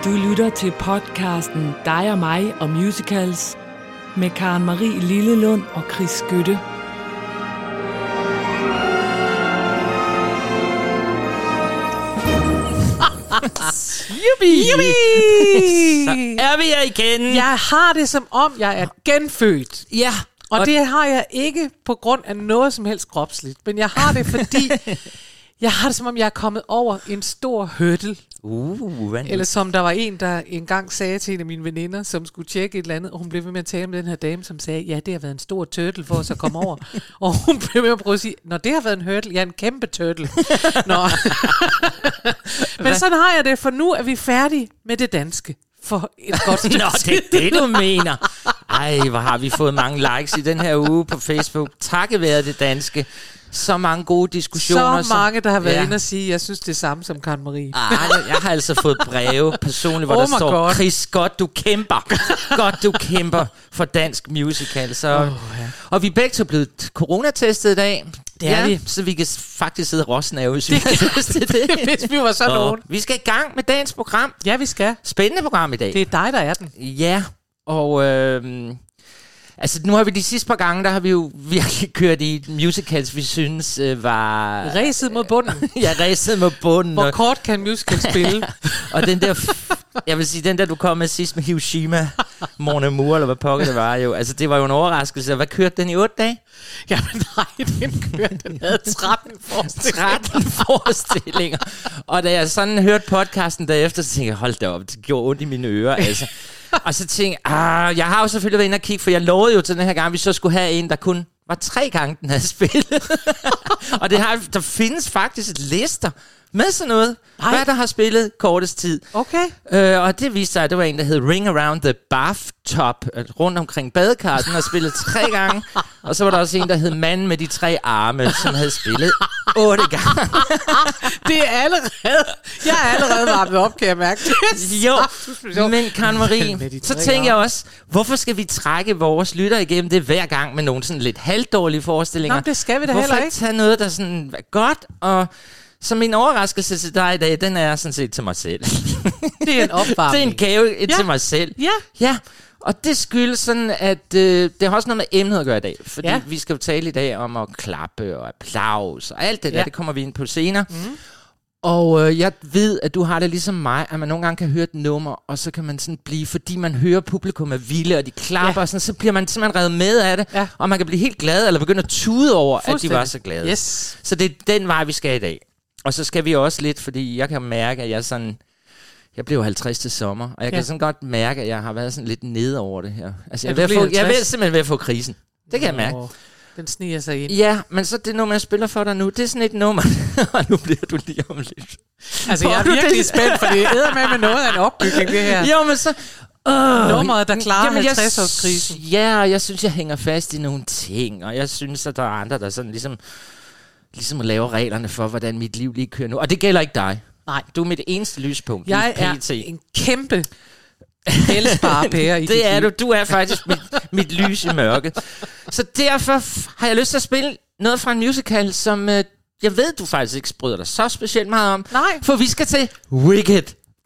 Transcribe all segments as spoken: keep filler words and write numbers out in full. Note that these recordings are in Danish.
Du lytter til podcasten Dig og mig og musicals med Karen Marie Lillelund og Chris Skytte. Jubi! Jubi! Så er vi her igen. Jeg har det som om, jeg er genfødt. Ja. Og, og det har jeg ikke på grund af noget som helst kropsligt. Men jeg har det, fordi jeg har det som om, jeg er kommet over en stor hurdle. Uh, eller som der var en, der engang sagde til en af mine veninder, som skulle tjekke et eller andet, og hun blev ved med at tale med den her dame, som sagde, ja, det har været en stor turtle for os at komme over. Og hun blev ved at prøve at sige, nå, det har været en hurdle, ja, en kæmpe turtle. Nå. Men sådan har jeg det, for nu er vi færdige med det danske. For et godt stykke. Nå, det er det, du mener. Ej, hvor har vi fået mange likes i den her uge på Facebook. Takket være det danske. Så mange gode diskussioner. Så mange, der har været ja. inde og sige, jeg synes det er samme som Karen Marie. Ah, jeg, jeg har altså fået breve personligt, hvor oh der står, God. Chris, godt du kæmper. Godt du kæmper for dansk musical. Så, oh, ja. Og vi er begge to blevet coronatestet i dag. Det er ja, vi. Så vi kan faktisk sidde rosnave, hvis vi har lyst til det. Hvis vi var så nogen. Vi skal i gang med dagens program. Ja, vi skal. Spændende program i dag. Det er dig, der er den. Ja, og øh, altså nu har vi de sidste par gange, der har vi jo virkelig kørt i musicals, vi synes øh, var... Ræset mod bunden. Ja, ræset mod bunden. Hvor kort kan musical spille? Og den der, jeg vil sige, den der du kom med sidst med Hiroshima, Mon Amour, eller hvad pokker det var jo, altså det var jo en overraskelse. Hvad kørte den i otte dage? Jamen nej, den kørte, den havde tretten forestillinger. tretten forestillinger. Og da jeg sådan hørte podcasten derefter, så tænkte jeg, hold da op, det gjorde ondt i mine ører, altså. Og så tænkte jeg, ah, jeg har jo selvfølgelig været inde og kigge, for jeg lovede jo til den her gang, at vi så skulle have en, der kun var tre gange, den havde spillet. Og det har, der findes faktisk lister med sådan noget, Ej. hvad der har spillet kortest tid. Okay. Øh, og det viste sig, at det var en, der hed Ring Around the Bathtub, rundt omkring badekarret. Den har spillet tre gange. Og så var der også en, der hed Manden med de tre arme, som havde spillet otte gange. Det er allerede... Jeg er allerede varmet op, kan jeg mærke. Jo, men Karen Marie, så tænker jeg også, hvorfor skal vi trække vores lytter igennem det hver gang med nogle sådan lidt halvdårlige forestillinger? Nå, det skal vi da hvorfor heller ikke. Hvorfor tage noget, der sådan er godt, og... Så min overraskelse til dig i dag, den er sådan set til mig selv. Det er en opvarmning. Det er en gave ja. til mig selv. Ja. Ja, og det skyldes sådan, at øh, det har også noget med emnet at gøre i dag. Fordi ja. vi skal jo tale i dag om at klappe og applaus og alt det der, ja. det kommer vi ind på senere. Mm. Og øh, jeg ved, at du har det ligesom mig, at man nogle gange kan høre et nummer, og så kan man sådan blive, fordi man hører publikum er vilde, og de klapper, ja. og sådan, så bliver man simpelthen revet med af det, ja. og man kan blive helt glad, eller begynde at tude over, at de var så glade. Yes. Så det er den vej, vi skal i dag. Og så skal vi også lidt, fordi jeg kan mærke, at jeg sådan... Jeg blev halvtreds til sommer, og jeg ja. kan sådan godt mærke, at jeg har været sådan lidt nede over det her. Altså, jeg, er ved få, jeg er simpelthen ved at få krisen. Det kan Nå, jeg mærke. Den sniger sig ind. Ja, men så det nummer, jeg spiller for dig nu, det er sådan et nummer, og nu bliver du lige om lidt. Altså, jeg er virkelig spændt, for det æder med med noget af en opbygning, det her. Jo, men så... Uh, Nummeret, der klarer halvtreds-årskrisen. Ja, og jeg synes, jeg hænger fast i nogle ting, og jeg synes, at der er andre, der sådan ligesom... Ligesom at lave reglerne for, hvordan mit liv lige kører nu. Og det gælder ikke dig. Nej. Du er mit eneste lyspunkt. Jeg er P T. En kæmpe elsparepære i det er liv. Du. Du er faktisk mit, mit lys i mørket. Så derfor har jeg lyst til at spille noget fra en musical, som øh, jeg ved, du faktisk ikke bryder dig så specielt meget om. Nej. For vi skal til Wicked.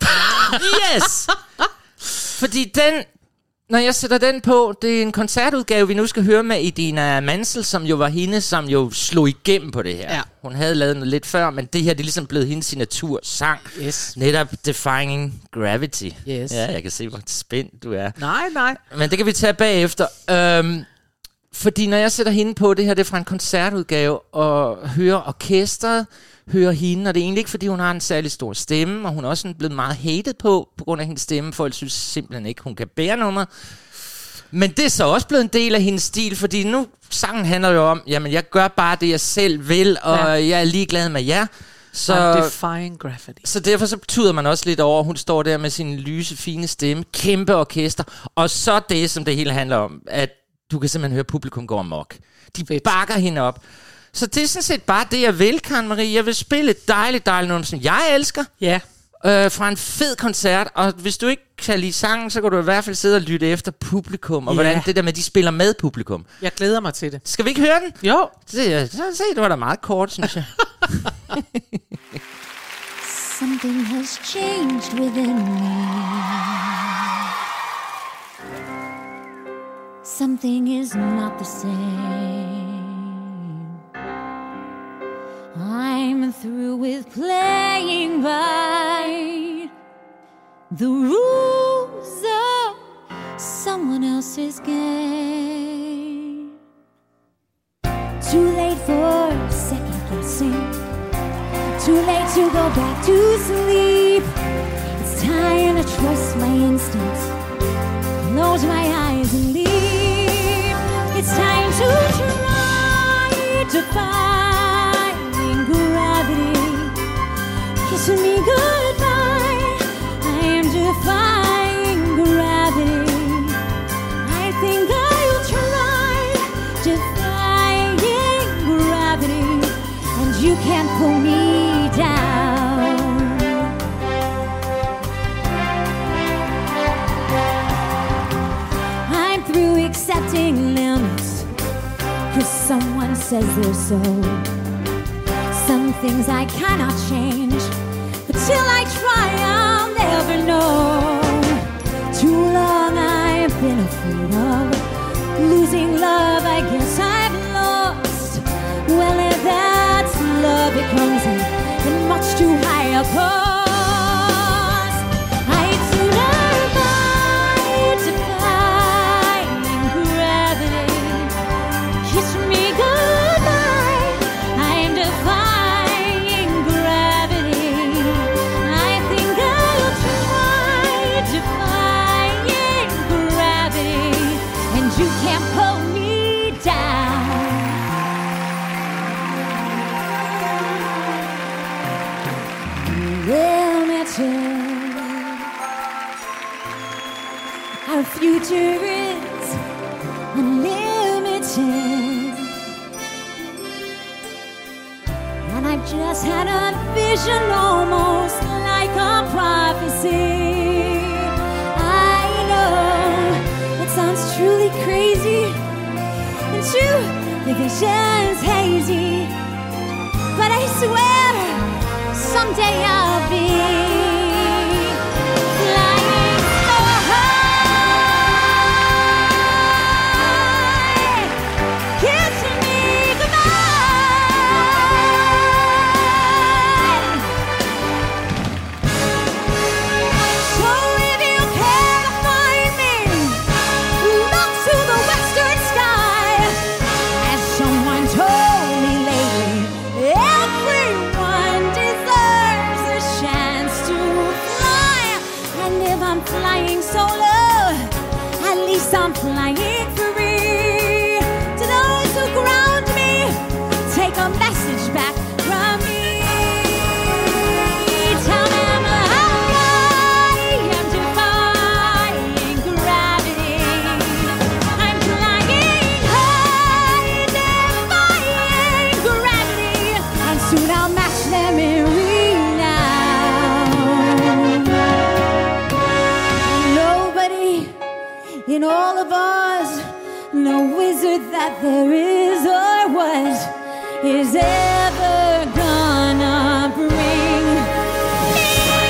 Yes! Fordi den... Når jeg sætter den på, det er en koncertudgave, vi nu skal høre med Idina Menzel, som jo var hende, som jo slog igennem på det her. Ja. Hun havde lavet noget lidt før, men det her det er ligesom blevet hendes signatursang. Yes. Netop Defying Gravity. Yes. Ja, jeg kan se, hvor spændt du er. Nej, nej. Men det kan vi tage bagefter. Øhm, fordi når jeg sætter hende på, det her det er fra en koncertudgave, og hører orkestret, hører hende, og det er egentlig ikke, fordi hun har en særlig stor stemme, og hun er også blevet meget hated på, på grund af hendes stemme. Folk synes simpelthen ikke, hun kan bære nummer. Men det er så også blevet en del af hendes stil, fordi nu, sangen handler jo om, jamen jeg gør bare det, jeg selv vil, og ja. jeg er ligeglad med jer. Så, Defying Gravity. Så derfor så betyder man også lidt over, hun står der med sin lyse, fine stemme, kæmpe orkester, og så det, som det hele handler om, at du kan simpelthen høre, publikum går amok. De Fedt. bakker hende op. Så det er sådan set bare det, jeg vil, Karen Marie. Jeg vil spille et dejligt, dejligt nummer, som jeg elsker. Ja. Øh, fra en fed koncert. Og hvis du ikke kan lide sangen, så kan du i hvert fald sidde og lytte efter publikum. Og ja. hvordan det der med, de spiller med publikum. Jeg glæder mig til det. Skal vi ikke høre den? Jo. Se, se det var da meget kort, synes jeg. Someday Something has changed within me. Something is not the same. I'm through with playing by the rules of someone else's game. Too late for second guessing. Too late to go back to sleep. It's time to trust my instincts. Close my eyes and leave. It's time to try to find gravity. Kissing me goodbye. I am defying gravity. I think I'll try defying gravity. And you can't pull me down. I'm through accepting limits, 'cause someone says they're so. Some things I cannot change, but till I try I'll never know. Too long I've been afraid of losing love, I guess I've lost. Well, if that's love, it comes in at much too high a cost. I'd sooner fight defying gravity. Kiss me goodbye. I'm defying gravity. I think I'll try defying gravity. And you can't pull me down. Limited. Our future is unlimited. And I've just had a vision almost like a prophecy. I know it sounds truly crazy, and true, the vision's hazy. But I swear someday I'll be flying so high. Kiss me goodbye. So if you can't find me, look to the western sky. As someone told me lately, everyone deserves a chance to fly. And if I'm flying solo, at least I'm flying free. To those who ground me, take a message back from me. Tell them how I am defying gravity. I'm flying high, defying gravity. And soon I'll match them in renown. Nobody in all of us, no wizard that there is or was, is ever gonna bring me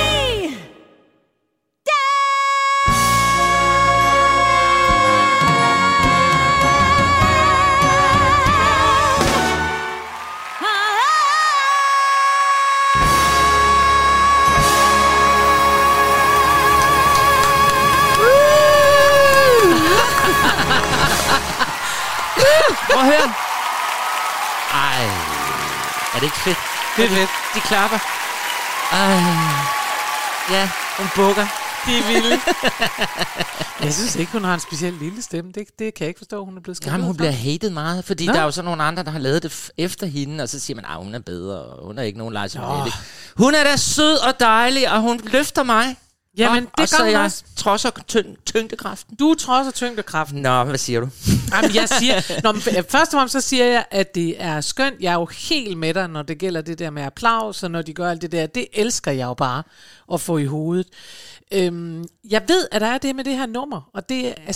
Prøv at høre. Ej, er det ikke fedt? Det er fedt. De klapper. Ej. Ja, hun bukker. De er vilde. Jeg synes ikke, hun har en specielt lille stemme. Det, det kan jeg ikke forstå, hun er blevet skrevet. Jamen, hun for. bliver hated meget, fordi Nå? der er jo så nogle andre, der har lavet det f- efter hende, og så siger man, at hun er bedre, og hun er ikke nogen Lars Minelli. Hun er da sød og dejlig, og hun løfter mig. Jamen, og, det og så gør hun jeg også. trodser tyng- tyngdekraften. Du trodser tyngdekraften. Nå, hvad siger du? Jamen, jeg siger, når, først og fremmest så siger jeg, at det er skønt. Jeg er jo helt med dig, når det gælder det der med applaus, og når de gør alt det der. Det elsker jeg jo bare at få i hovedet. Øhm, jeg ved, at der er det med det her nummer, og det, altså,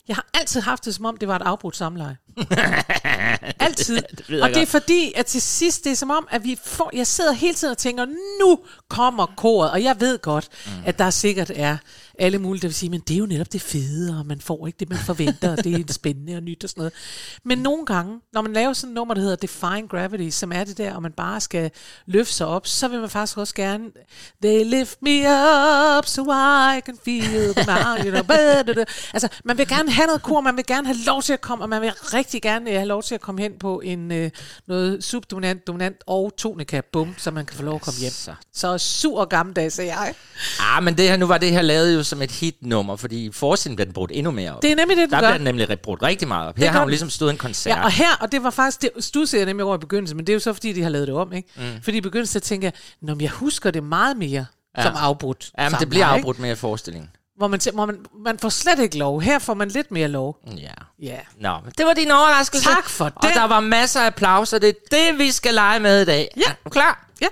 Jeg har altid haft det, som om det var et afbrudt samleje. Altid. det, det og det er fordi, at til sidst, det er som om, at vi får, jeg sidder hele tiden og tænker, nu kommer koret, og jeg ved godt, mm. at der sikkert er alle mulige, der vil sige, men det er jo netop det fede, og man får ikke det, man forventer, og det er spændende og nyt og sådan noget. Men nogle gange, når man laver sådan et nummer, der hedder Defying Gravity, som er det der, og man bare skal løfte sig op, så vil man faktisk også gerne, they lift me up, so I can feel the mountain, you know, altså, man vil gerne have noget kor, man vil gerne have lov til at komme, og man vil rigtig gerne have lov til at komme hen på en øh, noget subdominant, dominant og tonika, bum, så man kan få lov at komme hjem. Så, så sur gammeldags, sagde jeg. Ah, men det her, nu var det her lavet jo som et hitnummer, fordi forestillingen blev den brugt endnu mere op. Det er nemlig det, den Der gør. bliver den nemlig brugt rigtig meget op. Her har hun ligesom stået en koncert. Ja, og her, og det var faktisk, det studsede jeg nemlig over i begyndelsen, men det er jo så, fordi de har lavet det om, ikke? Mm. Fordi i begyndelsen, så tænker jeg, nå, men jeg husker det meget mere ja. som afbrudt. Ja, men det bliver afbrudt mere i forestillingen. Hvor man, hvor man, man får slet ikke lov. Her får man lidt mere lov. Ja. Ja. Nå, men det var din overraskelse. Tak for det. Og der var masser af applaus, og det er det, vi skal lege med i dag. Ja. Er du klar? Ja.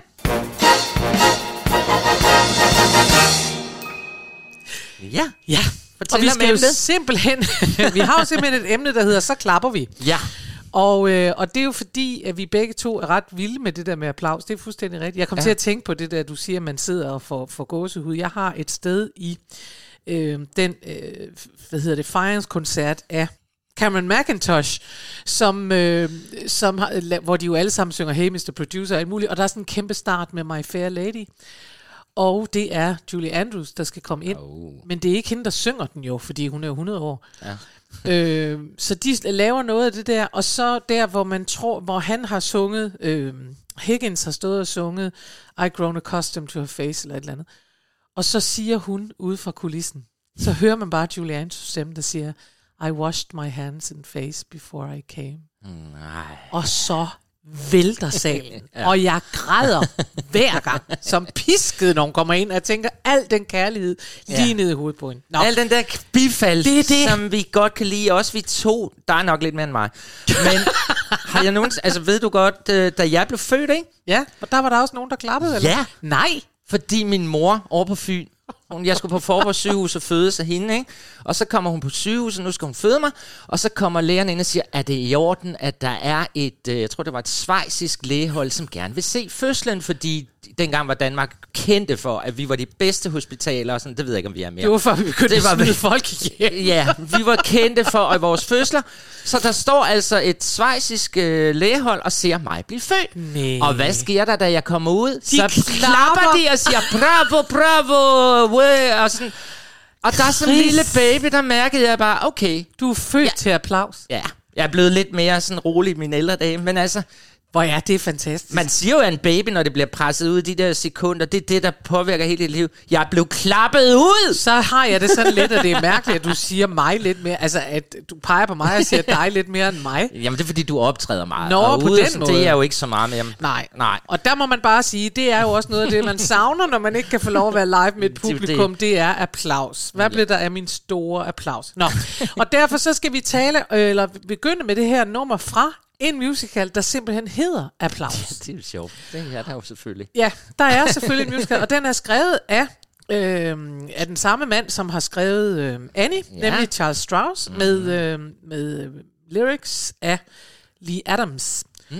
Ja. Ja. Fortæl og vi om skal jo emnet. simpelthen, vi har jo simpelthen et emne, der hedder, så klapper vi. Ja. Og, øh, og det er jo fordi, at vi begge to er ret vilde med det der med applaus. Det er fuldstændig rigtigt. Jeg kom ja. til at tænke på det der, du siger, at man sidder og får, får gåsehud. Jeg har et sted i øh, den, øh, hvad hedder det, Defiance-koncert af Cameron Mackintosh, som, øh, som har, hvor de jo alle sammen synger Hey mister Producer og alt muligt. Og der er sådan en kæmpe start med My Fair Lady. Og det er Julie Andrews, der skal komme ind. Oh. Men det er ikke hende, der synger den jo, fordi hun er jo hundrede år. Ja. øh, så de laver noget af det der, og så der, hvor man tror, hvor han har sunget, øh, Higgins har stået og sunget I grown accustomed to her face, eller et eller andet. Og så siger hun ude fra kulissen, så hører man bare Julie Andrews stemme, der siger, I washed my hands and face before I came. Nej. Og så vælter salen, ja. Og jeg græder hver gang, som pisket, når hun kommer ind, og jeg tænker, al den kærlighed lige ja. ned i hovedet på hende. Nå. Al den der bifald, det det. som vi godt kan lide, også vi to, der er nok lidt mere end mig. Men har jeg nogen, altså ved du godt, da jeg blev født, ikke? Ja, og der var der også nogen, der klappede, eller? Ja. Nej. Fordi min mor over på Fyn, jeg skulle på Forborg sygehus og fødes af hende, ikke? Og så kommer hun på sygehuset, nu skal hun føde mig, og så kommer lægerne ind og siger, at det er i orden, at der er et, jeg tror det var et schweizisk lægehold, som gerne vil se fødslen, fordi dengang var Danmark kendte for, at vi var de bedste hospitaler, og sådan, det ved jeg ikke, om vi er mere. Det var før vi begyndte at smide folk ihjel. Ja, vi var kendte for vores fødsler, så der står altså et schweizisk øh, lægehold og ser mig blive født. Nee. Og hvad sker der, da jeg kommer ud? De så klapper. klapper de og siger, bravo, bravo, way, og sådan. Og der er sådan en lille baby, der mærkede jeg bare, okay. Du er født ja. til applaus. Ja, jeg er blevet lidt mere sådan rolig i mine ældre dage, men altså... Hvor er det fantastisk. Man siger jo, at en baby, når det bliver presset ud i de der sekunder, det er det, der påvirker hele dit liv. Jeg er blevet klappet ud! Så har jeg det sådan lidt, og det er mærkeligt, at du siger mig lidt mere, altså at du peger på mig og siger dig lidt mere end mig. Jamen det er fordi, du optræder meget. Nå, og på ude, den måde. Det er jo ikke så meget med. Nej. Nej. Og der må man bare sige, det er jo også noget af det, man savner, når man ikke kan få lov at være live med et publikum, det er applaus. Hvad blev der af min store applaus? Nå, og derfor så skal vi tale, eller begynde med det her nummer fra en musical, der simpelthen hedder Applaus. Ja, det er jo sjovt. Det er der jo selvfølgelig. Ja, der er selvfølgelig en musical, og den er skrevet af, øh, af den samme mand, som har skrevet øh, Annie, ja. nemlig Charles Strauss, mm. med, øh, med øh, lyrics af Lee Adams. Mm.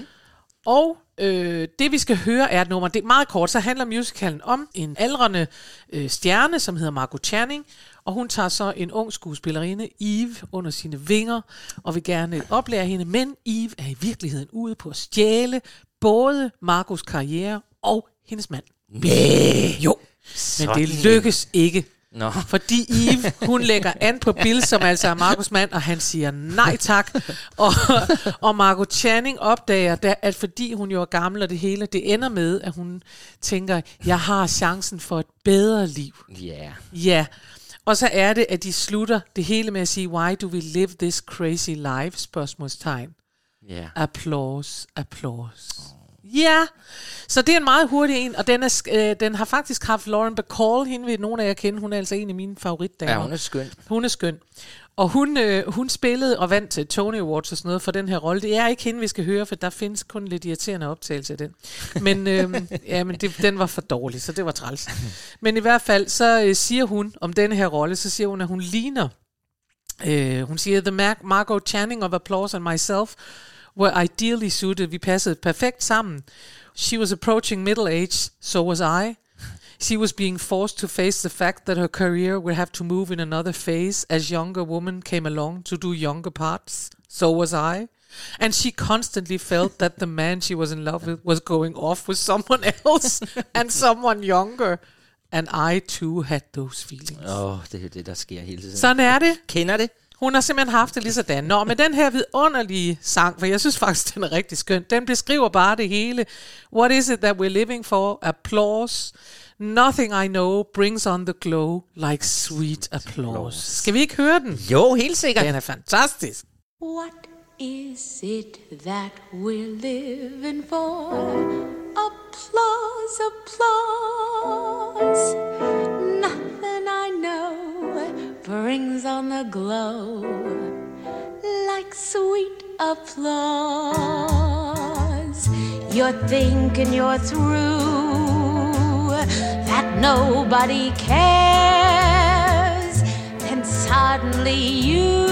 Og øh, det vi skal høre er et nummer, det er meget kort, så handler musicalen om en aldrende øh, stjerne, som hedder Margot Channing, og hun tager så en ung skuespillerinde, Eve, under sine vinger, og vil gerne oplære hende, men Eve er i virkeligheden ude på at stjæle både Margots karriere og hendes mand. Næh. Jo, men det lykkes ikke. Nå. Fordi Eve, hun lægger an på Bill, som altså er Margots mand, og han siger nej tak. Og, og Margot Channing opdager, der, at fordi hun jo er gammel og det hele, det ender med, at hun tænker, jeg har chancen for et bedre liv. Ja. Yeah. Ja. Og så er det, at de slutter det hele med at sige, why do we live this crazy life? Spørgsmålstegn. Ja. Yeah. Applause, applause. Oh. Ja, så det er en meget hurtig en, og den, er, øh, den har faktisk haft Lauren Bacall, hende vil nogen af jer kende, hun er altså en af mine favoritdamer. Ja, hun er skøn. Hun er skøn. Og hun, øh, hun spillede og vandt til Tony Awards og sådan noget for den her rolle. Det er ikke hende, vi skal høre, for der findes kun lidt irriterende optagelse af den. Men, øh, ja, men det, den var for dårlig, så det var træls. Men i hvert fald, så øh, siger hun om denne her rolle, så siger hun, at hun ligner Øh, hun siger, The Mar- Margot Channing of Applause and myself were ideally suited. Vi passede perfekt sammen. She was approaching middle age, so was I. She was being forced to face the fact that her career would have to move in another phase as younger women came along to do younger parts. So was I. And she constantly felt that the man she was in love with was going off with someone else and someone younger. And I too had those feelings. Åh, oh, det er det, der sker hele tiden. Sådan er det. Kender det? Hun har simpelthen haft det lige sådan. Nå, men den her vidunderlige sang, for jeg synes faktisk, den er rigtig skøn, den beskriver bare det hele. What is it that we're living for? Applause. Nothing I know brings on the glow like sweet applause. Skal vi ikke høre den? Jo, helt sikkert. Den er fantastisk. What is it that we're living for? Applause, applause. Nothing I know brings on the glow like sweet applause. You're thinking you're through, that nobody cares, then suddenly you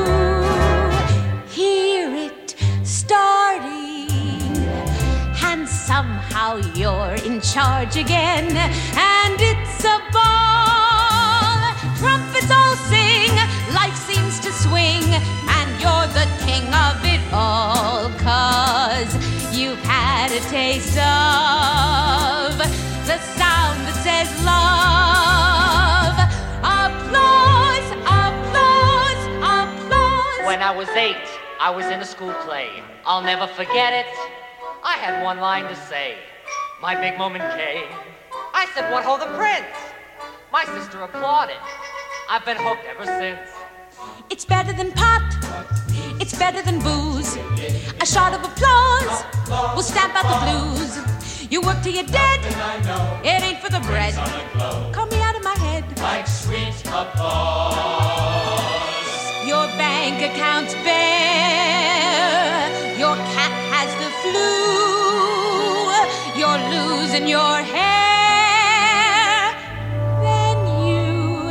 hear it starting, and somehow you're in charge again, and it's a ball. Trumpets all sing, life seems to swing, and you're the king of it all, 'cause you've had a taste of the sound that says love. Applause, applause, applause. When I was eight, I was in a school play. I'll never forget it. I had one line to say. My big moment came. I said, "What ho, the prince?" My sister applauded. I've been hooked ever since. It's better than pot. It's better than booze. A shot of applause will stamp out the blues. You work till you're dead. It ain't for the bread. Call me out of my head. Like sweet applause. Your bank account's bare. Your cat has the flu. You're losing your hair. Then you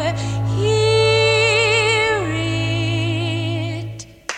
hear it.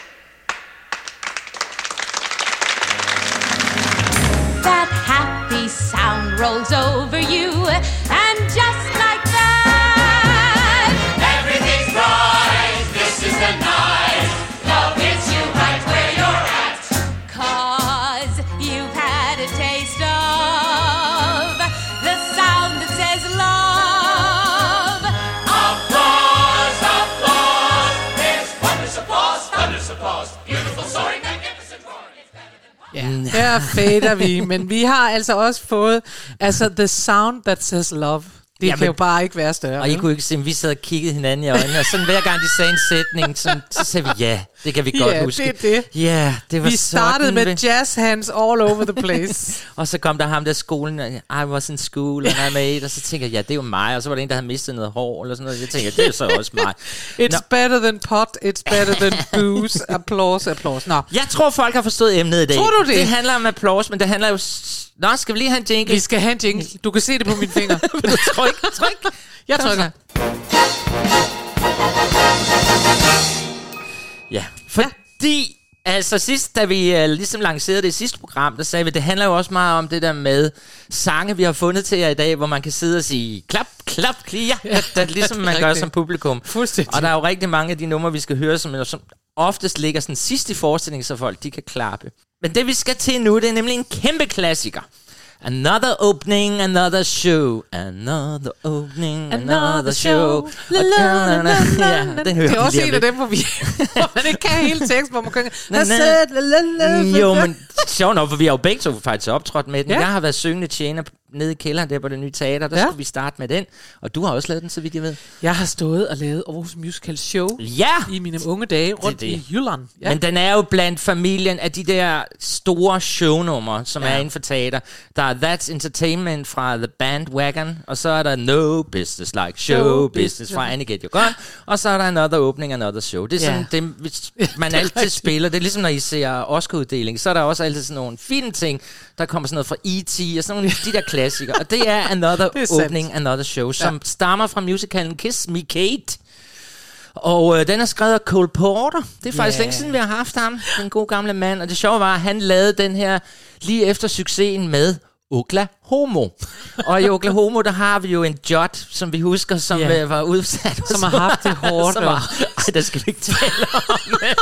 That happy sound rolls over you, and just like that, Everything's right. This is the night. Love hits you right where you're at. 'cause you've had a taste of the sound that says love. Applause, applause. There's wondrous applause, thunderous applause. Beautiful, soaring, magnificent roaring. It's better than Ja, her fader vi, men vi har altså også fået, altså the sound that says love. Det Jamen, kan jo bare ikke være større. Og I vel? kunne ikke se, vi sad og kiggede hinanden i øjnene, og sådan hver gang de sagde en sætning, så, så sagde vi, ja, det kan vi godt Ja, huske. det er det. Ja, det var Vi startede sådan, med vi- jazz hands all over the place. Og så kom der ham der skolen, I was in school, and I made, og så tænkte jeg, ja, det er jo mig, og så var der en, der havde mistet noget hår, eller sådan noget, jeg tænkte, det er så også mig. It's Nå. better than pot, it's better than booze. Applause, applause. Nå, Jeg tror, folk har forstået emnet i dag. Tror du det? Det handler om applause, men det handler jo... s- Nå, skal vi lige have en jingle? vi skal have en jingle. Du kan se det på mine fingre. Tryk, tryk. Jeg Kom trykker. så. Ja, fordi... Altså sidst, da vi uh, ligesom lancerede det i sidste program, der sagde vi, det handler jo også meget om det der med sange, vi har fundet til jer i dag, hvor man kan sidde og sige klap, klap, klia, ja, det, ligesom man gør rigtigt. som publikum. Fuldstændig. Og der er jo rigtig mange af de numre, vi skal høre, som, som oftest ligger sådan sidst i forestillingen, så folk de kan klappe. Men det vi skal til nu, det er nemlig en kæmpe klassiker. Another opening, another show. Another opening, another show. La, la, la, la, la, Ja, la. den hører Det er vi også lige en om af lidt. dem, hvor, vi, hvor man ikke kan hele teksten, hvor man kan... Na, I na. said, la, la, la, la. Jo, men sjovt nok, for vi har jo begge to faktisk optrådt med den. Ja. Jeg har været syngende tjener nede i kælderen der på det nye teater. Der Ja. skulle vi starte med den. Og du har også lavet den, så vidt jeg ved. Jeg har stået og lavet Aarhus Musical Show Ja! i mine unge dage rundt det. i Jylland. Ja. Men den er jo blandt familien af de der store shownumre, som ja. er inden for teater. Der er That's Entertainment fra The Bandwagon, og så er der No Business Like Show, Show Business Business. fra Annie Get Your Gun, og så er der Another Opening, Another Show. Det er sådan, Ja. det, hvis man Det er altid rigtigt. spiller. Det er ligesom, når I ser Oscar-uddeling, så er der også altid sådan nogle fine ting. Der kommer sådan noget fra E T og sådan nogle af de der klassikere. Og det er Another Det er sandt. Opening, Another Show, som Ja. stammer fra musicalen Kiss Me Kate. Og øh, den er skrevet af Cole Porter. Det er faktisk Ja. længe siden, vi har haft ham. Den gode gamle mand. Og det sjove var, at han lavede den her lige efter succesen med Oklahoma. Og i Oklahoma, der har vi jo en Judd, som vi husker, som Ja. øh, var udsat. Som har haft det hårdt. Som var, ej, det skal vi ikke tale om.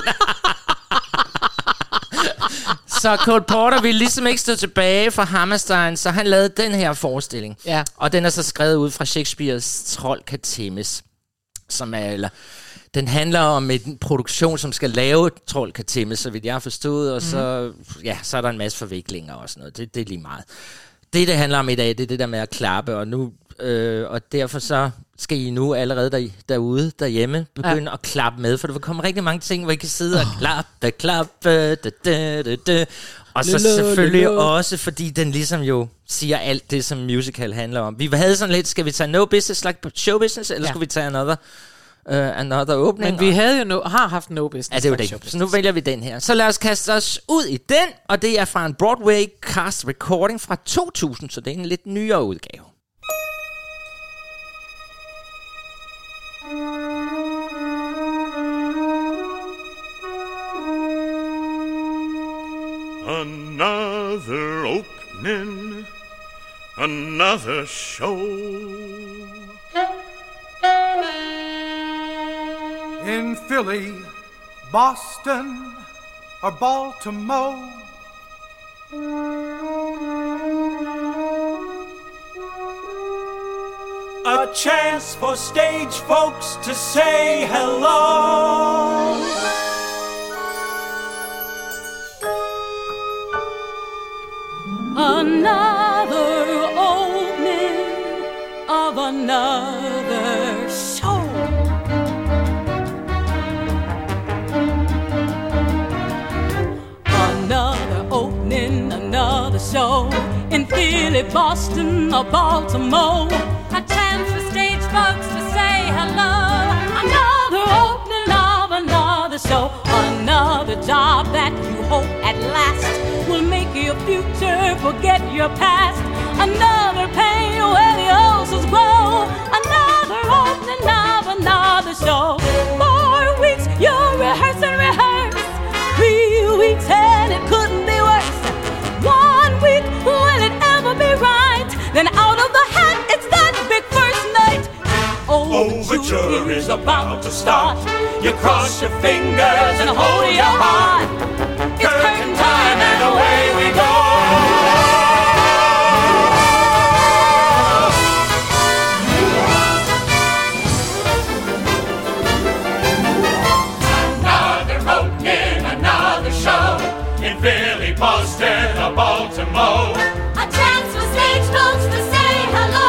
Så Cole Porter ville ligesom ikke stå tilbage fra Hammerstein, så han lavede den her forestilling. Ja. Og den er så skrevet ud fra Shakespeares Trold Katemis, som er, eller, den handler om en produktion, som skal lave Trold Katemis, så vidt jeg har forstået, og så, ja, så er der en masse forviklinger og sådan noget. Det, det er lige meget. Det, det handler om i dag, det er det der med at klappe, og nu, øh, og derfor så skal I nu allerede der, derude, derhjemme, begynde ja. at klappe med, for der vil komme rigtig mange ting, hvor I kan sidde og klappe, klappe, da, da, da, da. Og så Lille, selvfølgelig lille. også, fordi den ligesom jo siger alt det, som musical handler om. Vi havde sådan lidt, skal vi tage no business, like show business, eller Ja. skulle vi tage another, uh, another opening? Men vi havde jo no, har haft no business. Ja, det er jo like show det. Så nu vælger vi den her. Så lad os kaste os ud i den, og det er fra en Broadway cast recording fra to tusind, så det er en lidt nyere udgave. Another opening, another show. In Philly, Boston, or Baltimore. A chance for stage folks to say hello. Another opening of another show. Another opening, another show in Philly, Boston, or Baltimore. A chance for stage folks to say hello. Another opening of another show. Another job that you hope at last will make your future forget your past. Another pain where the ulcers grow. Another opening of another show. Four weeks you rehearse and rehearse. Three weeks and it couldn't be worse. One week, will it ever be right? Then out of the hat, it's that big first night. Overture is about to start. You cross your fingers and hold your heart. Curtain time and away we go. Another opening, another show in Philly, Boston, or Baltimore. A chance for stage folks to say hello.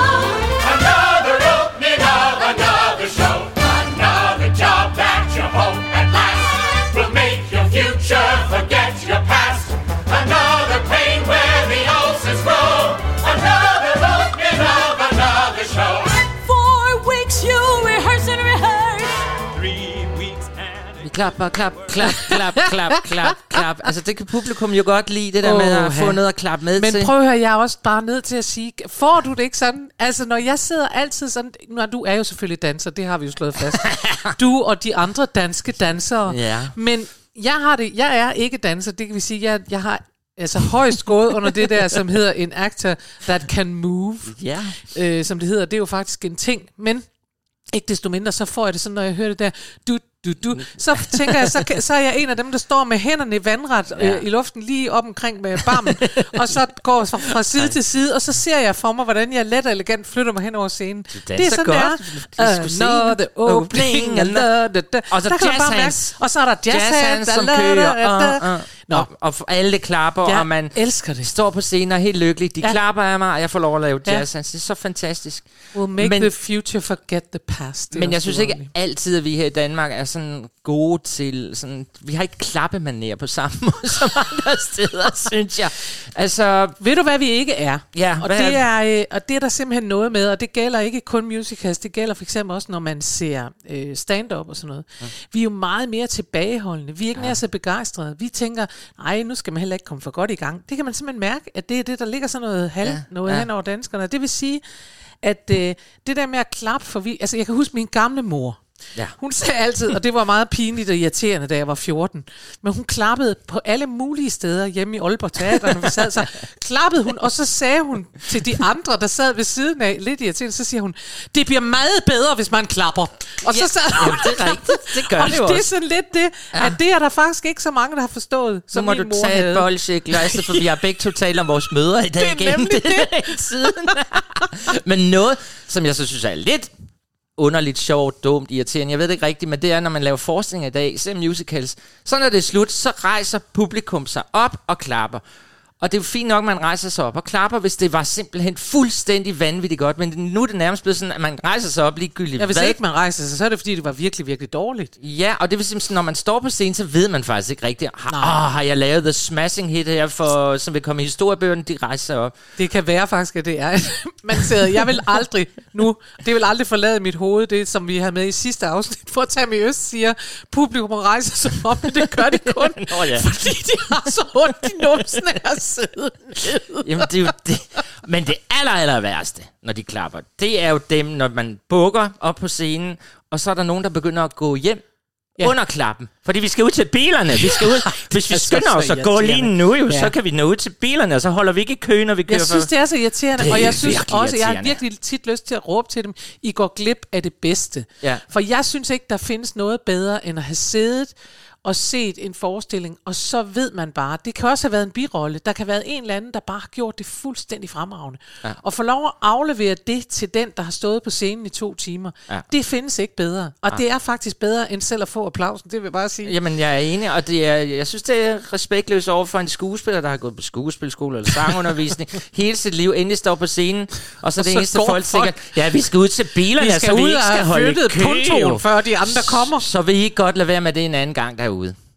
Another opening of another show. Another job that you hope at last will make your future forget your past. Another pain where the ulcers grow. Another opening of another show. Four weeks you rehearse and rehearse. Three weeks and Vi klapper, klap, klap, klap, klap, klap, klap. Altså, det kan publikum jo godt lide, det der med at få Åha. noget at klappe med Men til. prøv at høre, jeg er også bare nødt til at sige, får du det ikke sådan? Altså, når jeg sidder altid sådan, når du er jo selvfølgelig danser, det har vi jo slået fast. Du og de andre danske dansere. Ja. Men jeg har det, jeg er ikke danser, det kan vi sige, jeg, jeg har altså højst gået under det der, som hedder en actor that can move, Ja. øh, som det hedder. Det er jo faktisk en ting, men ikke desto mindre, så får jeg det sådan, når jeg hører det der, du, du, du, så tænker jeg, så, kan- så er jeg en af dem, der står med hænderne vandret Ja. øh, i luften, lige op omkring med barmen, og så går fra, fra side til side, og så ser jeg for mig, hvordan jeg let og elegant flytter mig hen over scenen. Det danser er sådan, godt. det Du er. skulle se Another den. opening, Opening, another, Og så der kan man jazz bare mærke- hands. Og så er der jazz, Jazz hands, som da, da, kører. da, da. Og, og, Nå. og, og for alle klapper, Jeg og man elsker det. står på scenen og er helt lykkelig. De Ja. klapper af mig, og jeg får lov at lave Ja. jazz hands. Det er så fantastisk. Will make Men- the future forget the past. Det er Men jeg også synes ikke vidunderligt. altid, at vi her i Danmark er sådan gode til sådan... Vi har ikke klappemanér på samme måde som andre steder, synes jeg. Altså, Ved du, hvad vi ikke er? Ja, og hvad det, er er, øh, og det er der simpelthen noget med, og det gælder ikke kun musicals, det gælder for eksempel også, når man ser øh, stand-up og sådan noget. Ja. Vi er jo meget mere tilbageholdende. Vi er ikke ja. mere så begejstrede. Vi tænker, nej, nu skal man heller ikke komme for godt i gang. Det kan man simpelthen mærke, at det er det, der ligger sådan noget halv, ja. noget Ja. hen over danskerne. Det vil sige, at øh, det der med at klappe for vi... Altså, jeg kan huske min gamle mor. Ja. Hun sagde altid, og det var meget pinligt og irriterende, da jeg var fjorten, men hun klappede på alle mulige steder hjemme i Aalborg Teater, når vi sad, så klappede hun, og så sagde hun til de andre, der sad ved siden af, lidt irriterende, så siger hun, det bliver meget bedre, hvis man klapper. Og så sad hun, ja, det er rigtigt, det gør og det jo det er også. sådan lidt det, ja. At det er der faktisk ikke så mange, der har forstået, Så som må min du mor tage havde. et bolsjeklæster, for vi har begge to talt om vores møder i dag Det er igen. nemlig det. det. Tiden. Men noget, som jeg så synes er lidt underligt, sjovt, dumt, irriterende, jeg ved det ikke rigtigt, men det er, når man laver forestillinger i dag, især musicals, så når det er slut, så rejser publikum sig op og klapper. Og det er jo fint nok, at man rejser sig op og klapper, hvis det var simpelthen fuldstændig vanvittigt godt. Men nu er det nærmest blevet sådan, at man rejser sig op ligegyldigt. Ja, hvis hvad. ikke man rejser sig, så er det fordi, det var virkelig, virkelig dårligt. Ja, og det vil sige, når man står på scenen, så ved man faktisk ikke rigtigt, har, åh, har jeg lavet the smashing hit her, for, som vil komme i historiebøgerne, de rejser sig op. Det kan være faktisk, at det er. Man siger, jeg vil aldrig nu, det vil aldrig forlade mit hoved, det som vi havde med i sidste afsnit, for Tammy Øst siger, publikum rejser sig op, men det gør de kun, Nå, ja. fordi de har så ondt i numsen af at sidde ned. Jamen, det er jo det. Men det aller, aller værste, når de klapper, det er jo dem, når man bukker op på scenen, og så er der nogen, der begynder at gå hjem ja. under klappen. Fordi vi skal ud til bilerne. Vi skal ud. Hvis vi skynder os at gå lige nu, jo, ja. så kan vi nå ud til bilerne, og så holder vi ikke i kø, når vi kører. Jeg synes, det er så irriterende, det og jeg synes også, jeg har irriterende. virkelig tit lyst til at råbe til dem, I går glip af det bedste. Ja. For jeg synes ikke, der findes noget bedre, end at have siddet og set en forestilling, og så ved man bare, det kan også have været en birolle, der kan have været en eller anden, der bare har gjort det fuldstændig fremragende. Ja. Og få lov at aflevere det til den, der har stået på scenen i to timer, ja. det findes ikke bedre. Og ja. det er faktisk bedre, end selv at få applausen, det vil jeg bare sige. Jamen, jeg er enig, og det er, jeg synes, det er respektløst over for en skuespiller, der har gået på skuespilskole eller sangundervisning hele sit liv, endelig står på scenen, og så og det så eneste folk sikkert, ja, vi skal ud til bilerne, vi skal så vi ud ikke skal holde i kø, puntoen, før de andre kommer. Så, så vil I godt lade være med det en anden gang derude.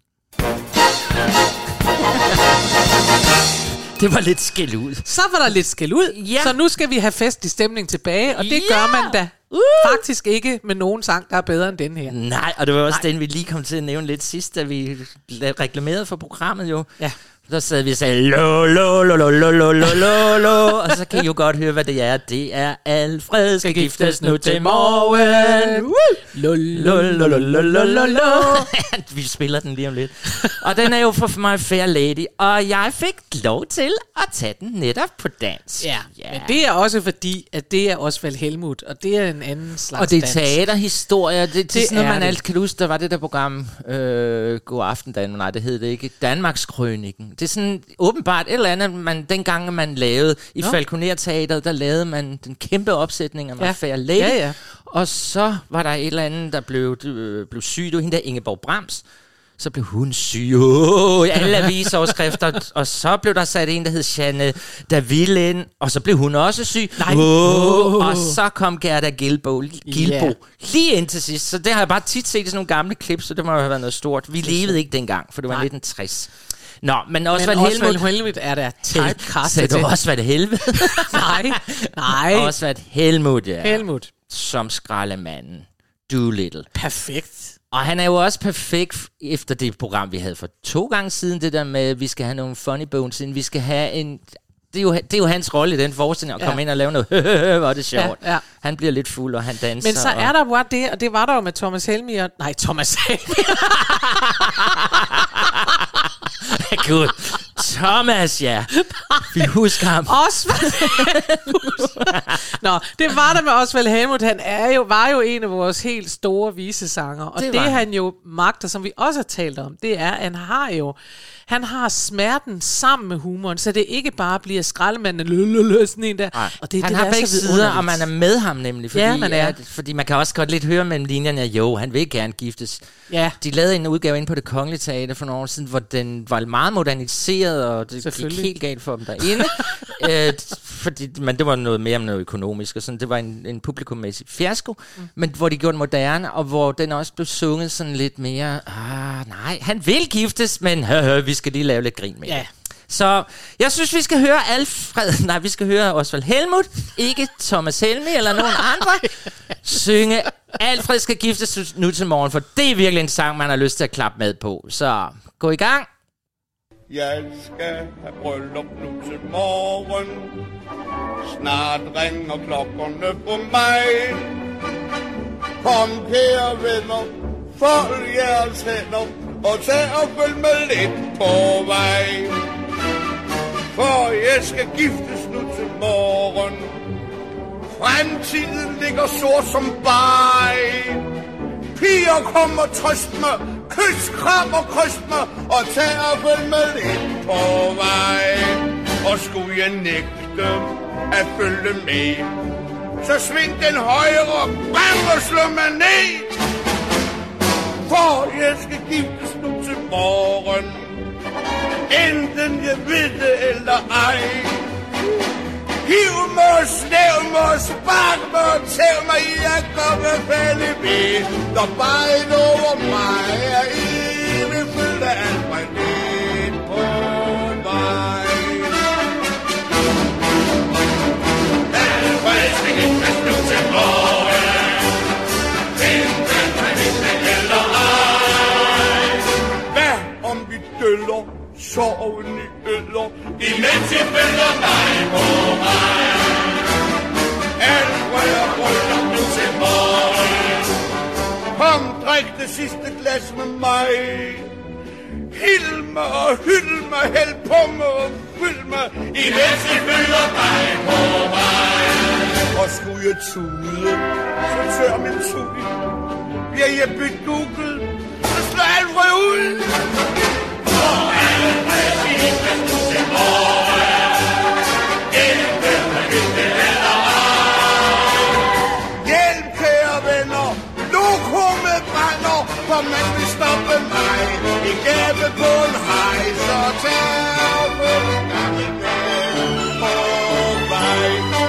Det var lidt skæld ud. Så var der lidt skæld ud, ja. Så nu skal vi have festlig stemning tilbage, og det ja. gør man da uh. faktisk ikke med nogen sang, der er bedre end den her. Nej, og det var også Nej. den, vi lige kom til at nævne lidt sidst, da vi reklamerede for programmet jo. Ja. Så sad vi og sagde, lo, lo, lo, lo, lo, lo, lo, lo, lo, og så kan I jo godt høre, hvad det er. Det er Alfred skal giftes nu til morgen. Lo, lo, lo, lo, lo, lo, lo, lo. Vi spiller den lige om lidt. Og den er jo for My Fair Lady, og jeg fik lov til at tage den netop på dans. Ja, ja. Men det er også fordi, at det er Osvald Helmuth, og det er en anden slags og det er dans. teaterhistorier. Det, det, det er sådan noget, man det. alt kan huske. Der var det der program, øh, God Aften Danmark, nej, det hed det ikke, Danmarks Krøniken. Det er sådan åbenbart et eller andet, man, dengang man lavede i Nå. Falconer Teateret, der lavede man den kæmpe opsætning af My Ja. Fair Lady. Ja, ja. Og så var der et eller andet, der blev, øh, blev syg. Det var hende der Ingeborg Brams. Så blev hun syg. Oh, alle avisoverskrifter. Og så blev der sat en, der hed Jeanne Daville ind. Og så blev hun også syg. Nej. Oh, og så kom Gerda Gilbo, Gilbo Ja. lige ind til sidst. Så det har jeg bare tit set i sådan nogle gamle klip, så det må have været noget stort. Vi levede ikke dengang, for det var Nej. nitten tres. Nå, men Osvald Men Helmuth... Osvald Helmuth er der typecastet Sagde til. du Osvald Helvede? Nej, nej. Osvald Helmuth, ja. Helmuth. Som skraldemanden. Doolittle. Perfekt. Og han er jo også perfekt efter det program, vi havde for to gange siden, det der med, at vi skal have nogle funny bones ind. Vi skal have en... Det er, jo, det er jo hans rolle i den forestilling, at Ja. komme ind og lave noget, hvor er det sjovt. Ja, ja. Han bliver lidt fuld, og han danser. Men så er der bare det, og det var der jo med Thomas Helmi og... Nej, Thomas Helmi. Gud. Thomas, ja. Vi husker ham. Osvald Helmuth. Nå, det var der med Osvald Helmuth. Han er jo, var jo en af vores helt store visesanger. Og Det det, var det han. han jo magter, som vi også har talt om, det er, at han har jo... Han har smerten sammen med humoren, så det ikke bare bliver skraldemanden lø, sådan en der. Nej. Og det, han det har der begge er så sider, og man er med ham nemlig. Fordi, Ja, man er. At, fordi man kan også godt lidt høre mellem linjerne, at jo, han vil gerne giftes. Ja. De lavede en udgave inde på Det Kongelige Teater for nogle år siden, hvor den var meget moderniseret, og det gik helt galt for dem derinde. øh, fordi, men det var noget mere om noget økonomisk, og sådan. Det var en, en publikummæssig fiasko, mm. men hvor de gjorde den moderne, og hvor den også blev sunget sådan lidt mere, ah, nej, han vil giftes, men hø, hø, vi skal lige lave lidt grin med Ja. det. Så jeg synes, vi skal høre Alfred, nej, vi skal høre Osvald Helmuth, ikke Thomas Helmi eller nogen andre, synge Alfred skal giftes nu til morgen, for det er virkelig en sang, man har lyst til at klappe med på. Så gå i gang. Jeg skal have bryllup nu til morgen. Snart ringer klokkerne på mig. Kom, kære venner, fold jeres hænder og tag og følg med lidt på vej. For jeg skal giftes nu til morgen. Fremtiden ligger sort som bag. Piger, kom og trøst mig, kys, kram og kyst mig, og tag og følg med lidt på vej. Og skulle jeg nægte at følge med, så sving den højre, bang og slå mig ned. For jeg skal giftes nu til morgen, enten jeg ved det eller ej. Hiv mig, snæv mig, spark mig og tæv mig, jeg kommer fælde ved. Der bare over mig er evigt fyldt af alt mig lidt på vej. Alle vej skal giftes nu til morgen, enten man ved det eller ej. Hvad om vi døller sorgen i øller, imens jeg følger dig på vej. Alt rører bryllup nu til morgen. Kom, drik det sidste glas med mig. Hild mig og hylde mig, hæld på mig og fyld mig, imens jeg følger dig på vej. Og skulle jeg tude, så tør min tud. Bliver jeg bedugget, så slår alt røg ud. Hjælp, kære venner, lokummet brænder, for man vil stoppe mig i gave på en hej, så tag på den gamle ven på vej.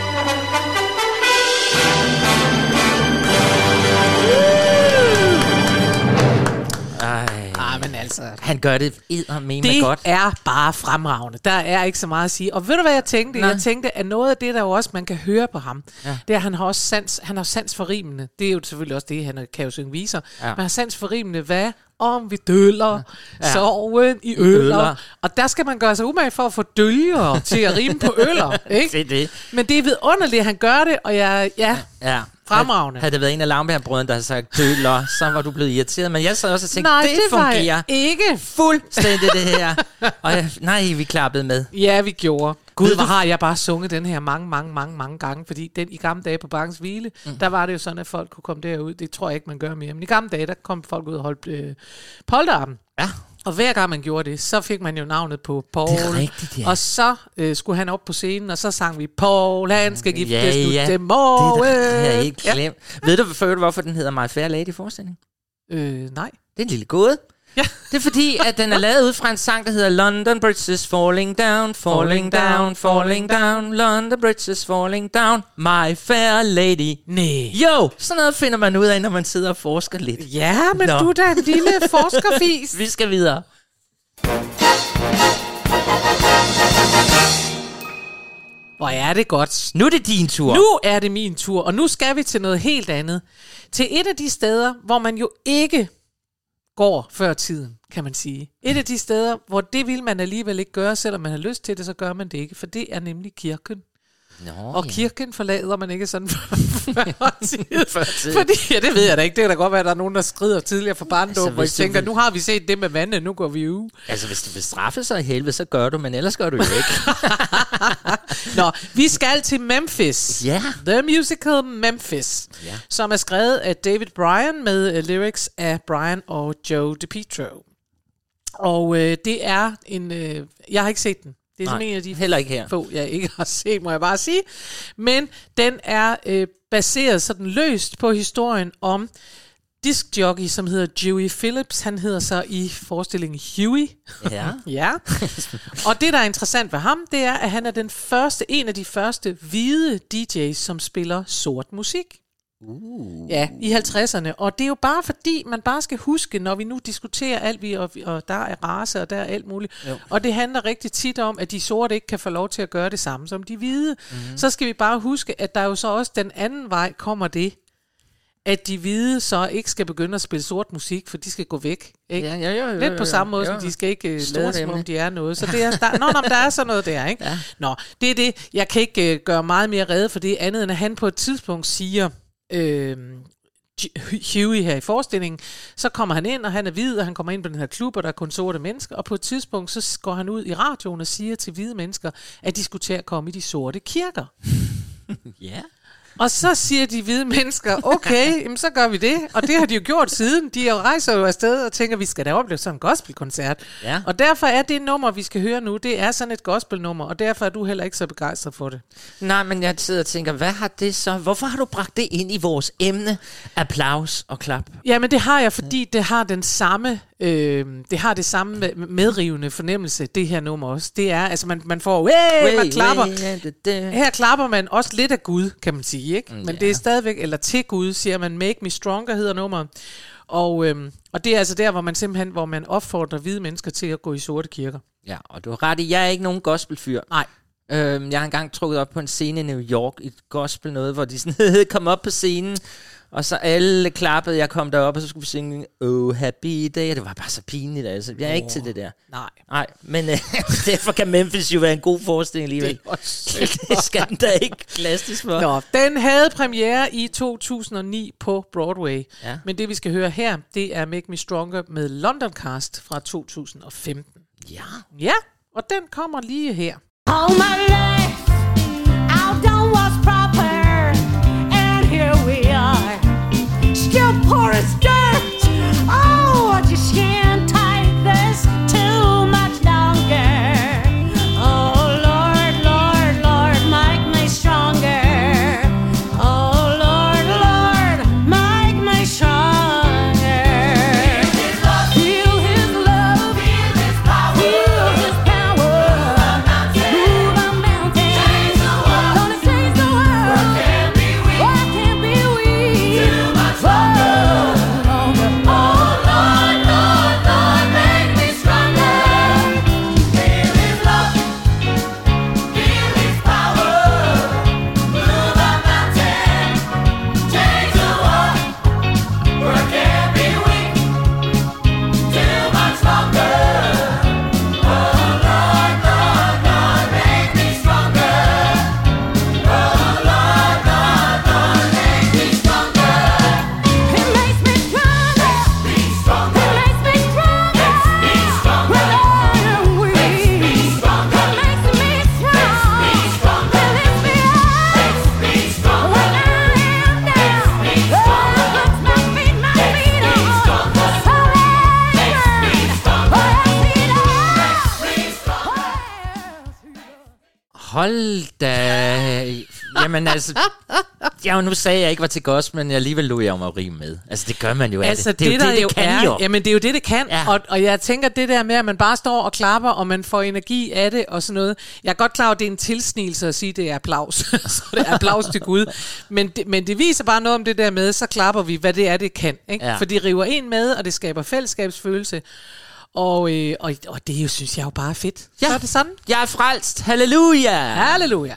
Men altså, han gør det eddermame det godt. Det er bare fremragende. Der er ikke så meget at sige. Og ved du hvad jeg tænkte? Nej. Jeg tænkte, at noget af det, der jo også man kan høre på ham, ja. det er, at han har også sans, han har sans for rimene. Det er jo selvfølgelig også det, han kan jo synge viser. Ja. Men han har sans for rimene. Hvad om vi døller, ja. Soven i øller. øller. Og der skal man gøre sig umage for at få dølger til at rime på øller. Ikke? Det er det. Men det er vidunderligt, at han gør det, og jeg, ja... ja. Fremragende. Havde det været en af Laumbjerg-brødrene, der havde sagt døller, så var du blevet irriteret. Men jeg sad også og tænkte, nej, det, det fungerer ikke fuldstændig det her. Og jeg, nej, vi klappede med. Ja, vi gjorde. Gud, hvor har jeg bare sunget den her mange, mange, mange, mange gange. Fordi den i gamle dage på Bakkens Hvile, mm. der var det jo sådan, at folk kunne komme derud. Det tror jeg ikke, man gør mere. Men i gamle dage, der kom folk ud og holdt øh, polterappen. Ja. Og hver gang man gjorde det, så fik man jo navnet på Paul. Det er rigtigt, ja. Og så øh, skulle han op på scenen, og så sang vi, Paul, han skal giftes ja, nu ja. til morgen. Det har jeg ikke glemt. Ja. Ved du for, hvorfor den hedder My Fair Lady forestilling? Øh, nej. Det er en lille gåde. Ja. Det er fordi, at den er lavet ud fra en sang, der hedder London Bridge is falling down, falling down, falling down, London Bridge is falling down, my fair lady. Nej. Jo, sådan noget finder man ud af, når man sidder og forsker lidt. Ja, men Nå. du er da en lille forskerfis. Vi skal videre. Hvor er det godt. Nu er det din tur. Nu er det min tur, og nu skal vi til noget helt andet. Til et af de steder, hvor man jo ikke går før tiden, kan man sige. Et af de steder, hvor det vil man alligevel ikke gøre, selvom man har lyst til det, så gør man det ikke, for det er nemlig kirken. Nå, og ja. kirken forlader man ikke sådan før tid. Fordi, ja, det ved jeg da ikke. Det kan da godt være, at der er nogen, der skrider tidligere for barndom, altså, hvor I tænker, vil... nu har vi set det med vandet, nu går vi ud. Altså, hvis du vil straffe sig i helvede, så gør du, men ellers gør du jo ikke. Nå, vi skal til Memphis. Ja. The Musical Memphis, ja. Som er skrevet af David Bryan med uh, lyrics af Brian og Joe DiPietro. Og uh, det er en... Uh, jeg har ikke set den. Det er Nej, simpelthen en af de heller ikke her. få, jeg ikke har set, må jeg bare sige. Men den er øh, baseret sådan løst på historien om diskjockey, som hedder Dewey Phillips. Han hedder så i forestillingen Huey. Ja. ja. Og det, der er interessant ved ham, det er, at han er den første, en af de første hvide D J's, som spiller sort musik. Uh. Ja, i halvtredserne. Og det er jo bare fordi, man bare skal huske, når vi nu diskuterer alt, vi, og, og der er race, og der er alt muligt. Jo. Og det handler rigtig tit om, at de sorte ikke kan få lov til at gøre det samme som de hvide. Mm-hmm. Så skal vi bare huske, at der jo så også den anden vej kommer det, at de hvide så ikke skal begynde at spille sort musik, for de skal gå væk. Ikke? Ja, ja, ja, ja, lidt på samme måde, ja, som de skal ikke uh, lade som om de er noget. Så det er, der, nå, nå, der er sådan noget der, ikke? Ja. Nå, det er det. Jeg kan ikke uh, gøre meget mere rede for det, andet end at han på et tidspunkt siger... Øh, Huey her i forestillingen, så kommer han ind, og han er hvid, og han kommer ind på den her klub, og der er kun sorte mennesker, og på et tidspunkt, så går han ud i radioen og siger til hvide mennesker, at de skulle til at komme i de sorte kirker. Ja. Yeah. Og så siger de hvide mennesker, okay, jamen så gør vi det. Og det har de jo gjort siden. De rejser jo afsted og tænker, vi skal da opleve sådan en gospelkoncert. Ja. Og derfor er det nummer, vi skal høre nu, det er sådan et gospelnummer, og derfor er du heller ikke så begejstret for det. Nej, men jeg sidder og tænker, hvad har det så? Hvorfor har du bragt det ind i vores emne? Applaus og klap. Jamen det har jeg, fordi det har den samme, øh, det har det samme medrivende fornemmelse, det her nummer også. Det er, altså man, man får, hey, man klapper. Her klapper man også lidt af Gud, kan man sige. Ikke? Men yeah. det er stadigvæk, eller til Gud, siger man, Make Me Stronger hedder nummeret. Og, øhm, og det er altså der, hvor man simpelthen, hvor man opfordrer hvide mennesker til at gå i sorte kirker. Ja, og du har ret i, jeg er ikke nogen gospelfyr. Nej. Øhm, jeg har engang trukket op på en scene i New York, et gospel noget, hvor de sådan kom op på scenen, og så alle klappede, jeg kom derop, og så skulle vi synge Oh Happy Day, og det var bare så pinligt, altså. Jeg er oh, ikke til det der. Nej. Nej, men øh, derfor kan Memphis jo være en god forestilling alligevel. Det, det skal den da ikke glastes for. Nå, den havde premiere i to tusind og ni på Broadway. Ja. Men det vi skal høre her, det er Make Me Stronger med London Cast fra to tusind og femten. Ja. Ja, og den kommer lige her. All my life, I've done what's proper, and here we are, still poor as dirt. Oh, I just can't take this too much longer. Oh, Lord, Lord, Lord, make me stronger. Oh, Lord, Lord, make me stronger. Feel His love, feel His power, feel His power. Move a mountain, change the world, gonna change the world. Can't be weak, oh, I can't be weak. Too much longer. Oh, Lord, Lord, Lord, make me stronger. Feel His love, feel His power. Move a mountain, change the world. I can't be weak, too much longer. Oh, Lord, Lord, Lord, make me stronger. Oh, Lord, Lord, Lord, make me stronger. He makes me stronger. Be stronger. He makes me stronger. Be stronger. When I am weak. Be stronger. He makes me strong. Be stronger. He lifts me up. Be stronger. When I am down. Be stronger. Oh, puts my feet, my feet on solid ground. Be stronger. Oh, yes, He does. Hold da. Jamen altså, ja, nu sagde jeg, jeg ikke var til gospel, men jeg alligevel lå jeg mig rim med. Altså det gør man jo af Altså det. Det er det, jo der det, jo det kan er, jo. Jamen det er jo det, det kan. Ja. Og, og jeg tænker det der med, at man bare står og klapper, og man får energi af det og sådan noget. Jeg er godt klar over, at det er en tilsnigelse at sige, at det er applaus. Så det er applaus til Gud. Men det, men det viser bare noget om det der med, så klapper vi, hvad det er, det kan. Ikke? Ja. For det river en med, og det skaber fællesskabsfølelse. Og, øh, og, og det jo, synes jeg jo bare er fedt. Ja. Så er det sådan. Jeg er frelst. Halleluja. Halleluja.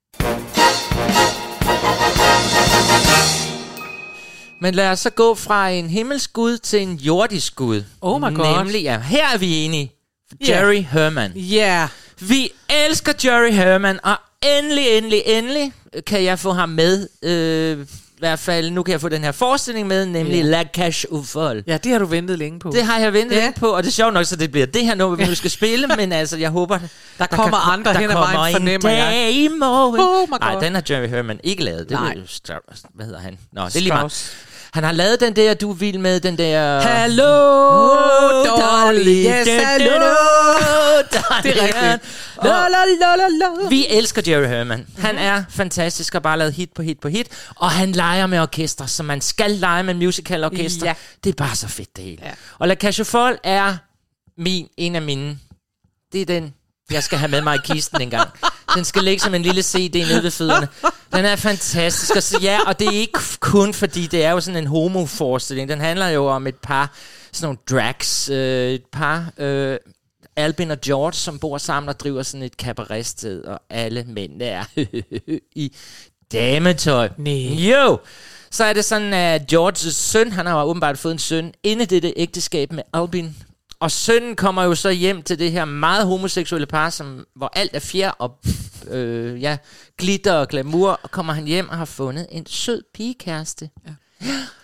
Men lad os så gå fra en himmelsk Gud til en jordisk Gud. Oh my god. Nemlig, ja, her er vi enige. Jerry Yeah. Herman. Ja. Yeah. Vi elsker Jerry Herman, og endelig, endelig, endelig kan jeg få ham med. Øh, I hvert fald, nu kan jeg få den her forestilling med, nemlig Yeah. La Cage aux Folles. Ja, det har du ventet længe på. Det har jeg ventet Ja. længe på, og det er sjovt nok, så det bliver det her nummer, vi nu skal spille, men altså, jeg håber, Der kommer kan, andre der hen ad kommer vejen, en fornemmer jeg. dag i morgen. Oh my Nej, God. den har Jerry Herman ikke lavet. Det Nej. er jo Strauss. Hvad hedder han? Nå, det er lige meget. Strauss. Han har lavet den der, du vil med, den der... Hello, Oh, Dolly. Yes, hello. Det er rigtigt. La, la, la, la, la. Vi elsker Jerry Herman. Han er fantastisk og bare lavet hit på hit på hit. Og han leger med orkester, så man skal lege med musical-orkester. Ja. Det er bare så fedt det hele. Ja. Og La Cage aux Folles er min, en af mine. Det er den, jeg skal have med mig i kisten en gang. Den skal ligge som en lille C D nede ved fødderne. Den er fantastisk. Og, så, ja, og det er ikke kun fordi, det er jo sådan en homoforestilling. Den handler jo om et par sådan nogle drags. Øh, et par... Øh, Albin og George, som bor sammen og driver sådan et cabaretsted, og alle mænd er i dametøj. Nej. Jo! Så er det sådan, at Georges søn, han har jo åbenbart fået en søn, inde i dette ægteskab med Albin. Og sønnen kommer jo så hjem til det her meget homoseksuelle par, som, hvor alt er fjer og øh, ja, glitter og glamour, og kommer han hjem og har fundet en sød pigekæreste. Ja.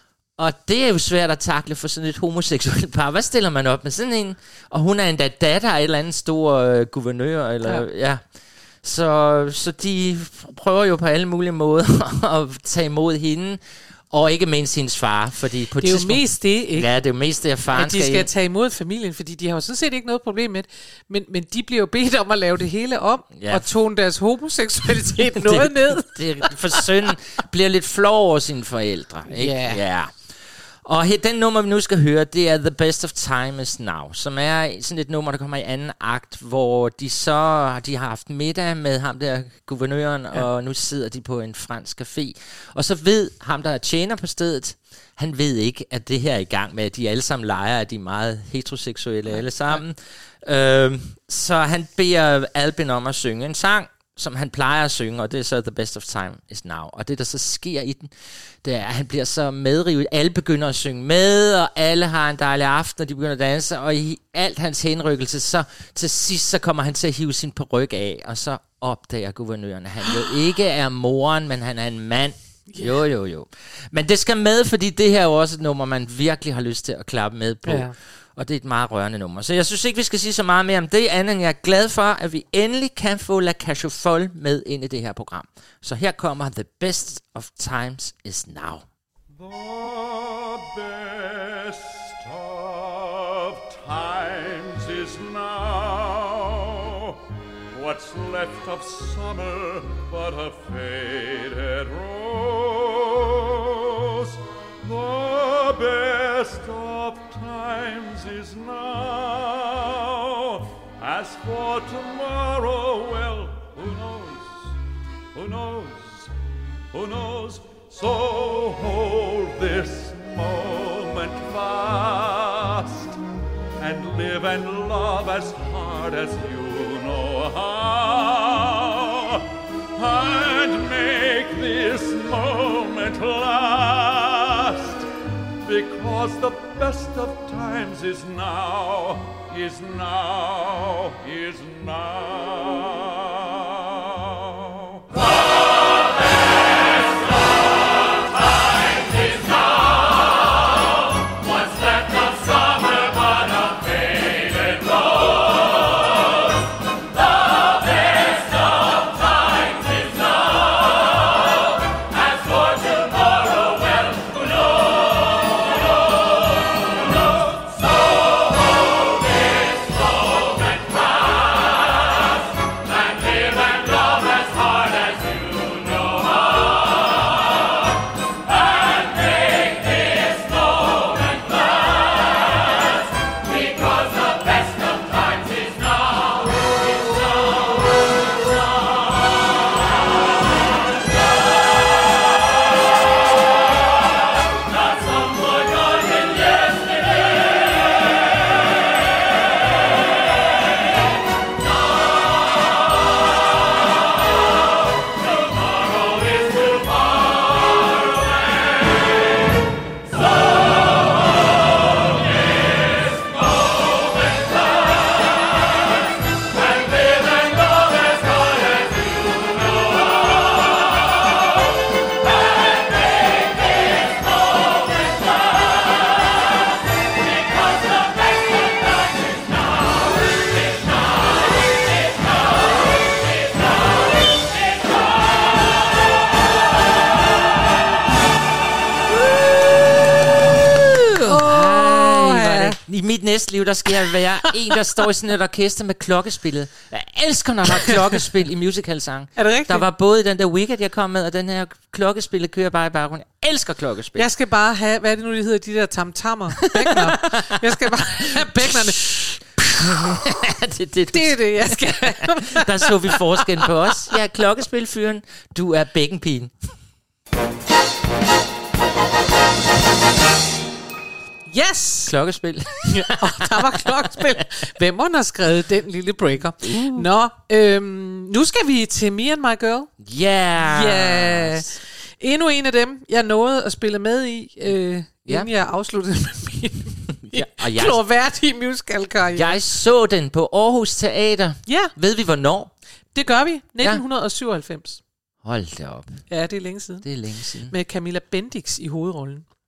Og det er jo svært at takle for sådan et homoseksuelt par. Hvad stiller man op med sådan en? Og hun er endda datter af et eller andet stor øh, guvernør. Eller, ja. Ja. Så, så de prøver jo på alle mulige måder at tage imod hende. Og ikke mindst hendes far, fordi på det er jo tidspunkt, mest det, ikke? Ja, det er jo mest det, at faren at de skal, skal tage imod familien, fordi de har jo sådan set ikke noget problem med det, men, men de bliver jo bedt om at lave det hele om, ja. og tone deres homoseksualitet noget det, ned. Det, for sønnen bliver lidt flov over sine forældre, ikke? Ja. Ja. Og he, den nummer, vi nu skal høre, det er The Best of Time Is Now, som er sådan et nummer, der kommer i anden akt, hvor de så de har haft middag med ham der, guvernøren, ja. Og nu sidder de på en fransk café. Og så ved ham, der er tjener på stedet, han ved ikke, at det her er i gang med, at de alle sammen leger, at de er meget heteroseksuelle ja. alle sammen. Ja. Øh, så han beder Albin om at synge en sang, som han plejer at synge, og det er så The Best of Time Is Now. Og det, der så sker i den, det er, at han bliver så medrivet. Alle begynder at synge med, og alle har en dejlig aften, og de begynder at danse, og i alt hans henrykkelse, så til sidst, så kommer han til at hive sin paryk af, og så opdager guvernøren, at han jo ikke er moren, men han er en mand. Jo, jo, jo. Men det skal med, fordi det her er jo også et nummer, man virkelig har lyst til at klappe med på. Ja. Og det er et meget rørende nummer. Så jeg synes ikke, vi skal sige så meget mere om det, andet end jeg er glad for, at vi endelig kan få La Cage aux Folles med ind i det her program. Så her kommer The Best of Times Is Now. The best of times is now. What's left of summer but a faded rose? The best of times is now. As for tomorrow, well, who knows? Who knows? Who knows? So hold this moment fast and live and love as hard as you know how, and make this moment last, because the best of times is now, is now, is now. I mit næste liv, der skal jeg være en, der står i sådan et orkester med klokkespillet. Jeg elsker, når der er klokkespil i musicalsang. Er det rigtigt? Der var både i den der Wicked, jeg kom med, og den her klokkespillet kører bare i baggrunden. Jeg elsker klokkespil. Jeg skal bare have, hvad er det nu, de hedder, de der tamtammer? Bækner. Jeg skal bare have bæknerne. det, det, det er det, jeg skal have. Der så vi forskel på os. Jeg er klokkespilfyren, du er bækkenpigen. Yes! Klokkespil. Og der var klokkespil. Hvem har skrevet den lille breaker? Uh. Nå, øhm, nu skal vi til Me and My Girl. Yeah. Ja. Endnu en af dem, jeg nåede at spille med i, øh, inden ja. jeg afsluttede med min ja, og jeg, glorværdige musicalkarriere. Jeg så den på Aarhus Teater. Ja. Ved vi hvornår? Det gør vi. nitten syvoghalvfems. Hold da op. Ja, det er længe siden. Det er længe siden. Med Camilla Bendix i hovedrollen.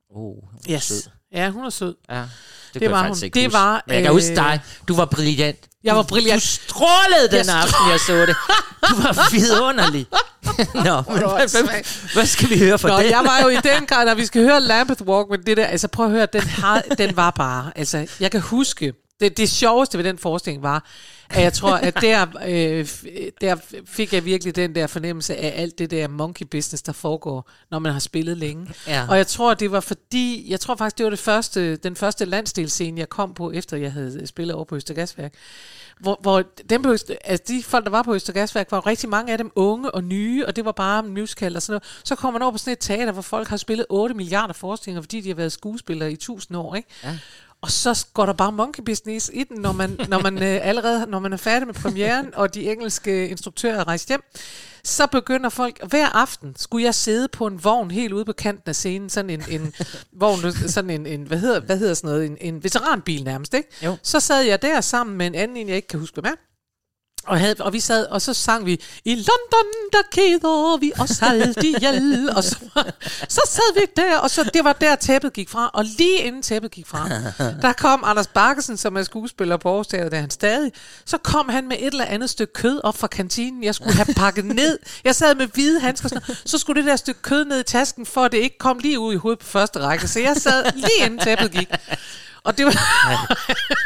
Oh, yes. sød. Ja, hun er sød. Ja, det, Det det var var faktisk hun. ikke Det huske. var, Men jeg kan øh, huske dig. Du var brilliant. Jeg var brilliant. Du strålede den Jeg aften, jeg så det. Du var vidunderlig. Nå, men hvad, hvad, hvad skal vi høre for Nå, det? jeg var jo i den grad, når vi skal høre Lambeth Walk, men det der, altså prøv at høre, den, har, den var bare, altså jeg kan huske, det, det sjoveste ved den forestilling var, at jeg tror, at der, øh, der fik jeg virkelig den der fornemmelse af alt det der monkey business, der foregår, når man har spillet længe. Ja. Og jeg tror, det var fordi, jeg tror faktisk, det var det første, den første landsdelsscene, jeg kom på, efter jeg havde spillet over på Østergasværk. Hvor, hvor dem på Øster, altså de folk, der var på Østergasværk, var rigtig mange af dem unge og nye, og det var bare musical og sådan noget. Så kommer man over på sådan et teater, hvor folk har spillet otte milliarder forestillinger, fordi de har været skuespillere i tusind år, ikke? Ja. Og så går der bare monkey business i den, når man, når man øh, allerede når man er færdig med premieren, og de engelske instruktører er rejst hjem. Så begynder folk, hver aften skulle jeg sidde på en vogn helt ude på kanten af scenen, sådan en, en vogn, sådan en, en hvad, hedder, hvad hedder sådan noget, en, en veteranbil nærmest, ikke? Jo. Så sad jeg der sammen med en anden, en jeg ikke kan huske hvad. Og, havde, og vi sad, og så sang vi, i London, der keder vi os alt ihjel. Og så, så sad vi der, og så, det var der tæppet gik fra. Og lige inden tæppet gik fra, der kom Anders Bakkesen, som er skuespiller på Aarhus Teater, der er han stadig. Så kom han med et eller andet stykke kød op fra kantinen, jeg skulle have pakket ned. Jeg sad med hvide handsker, sådan, så skulle det der stykke kød ned i tasken, for at det ikke kom lige ud i hovedet på første række. Så jeg sad lige inden tæppet gik. Og det var...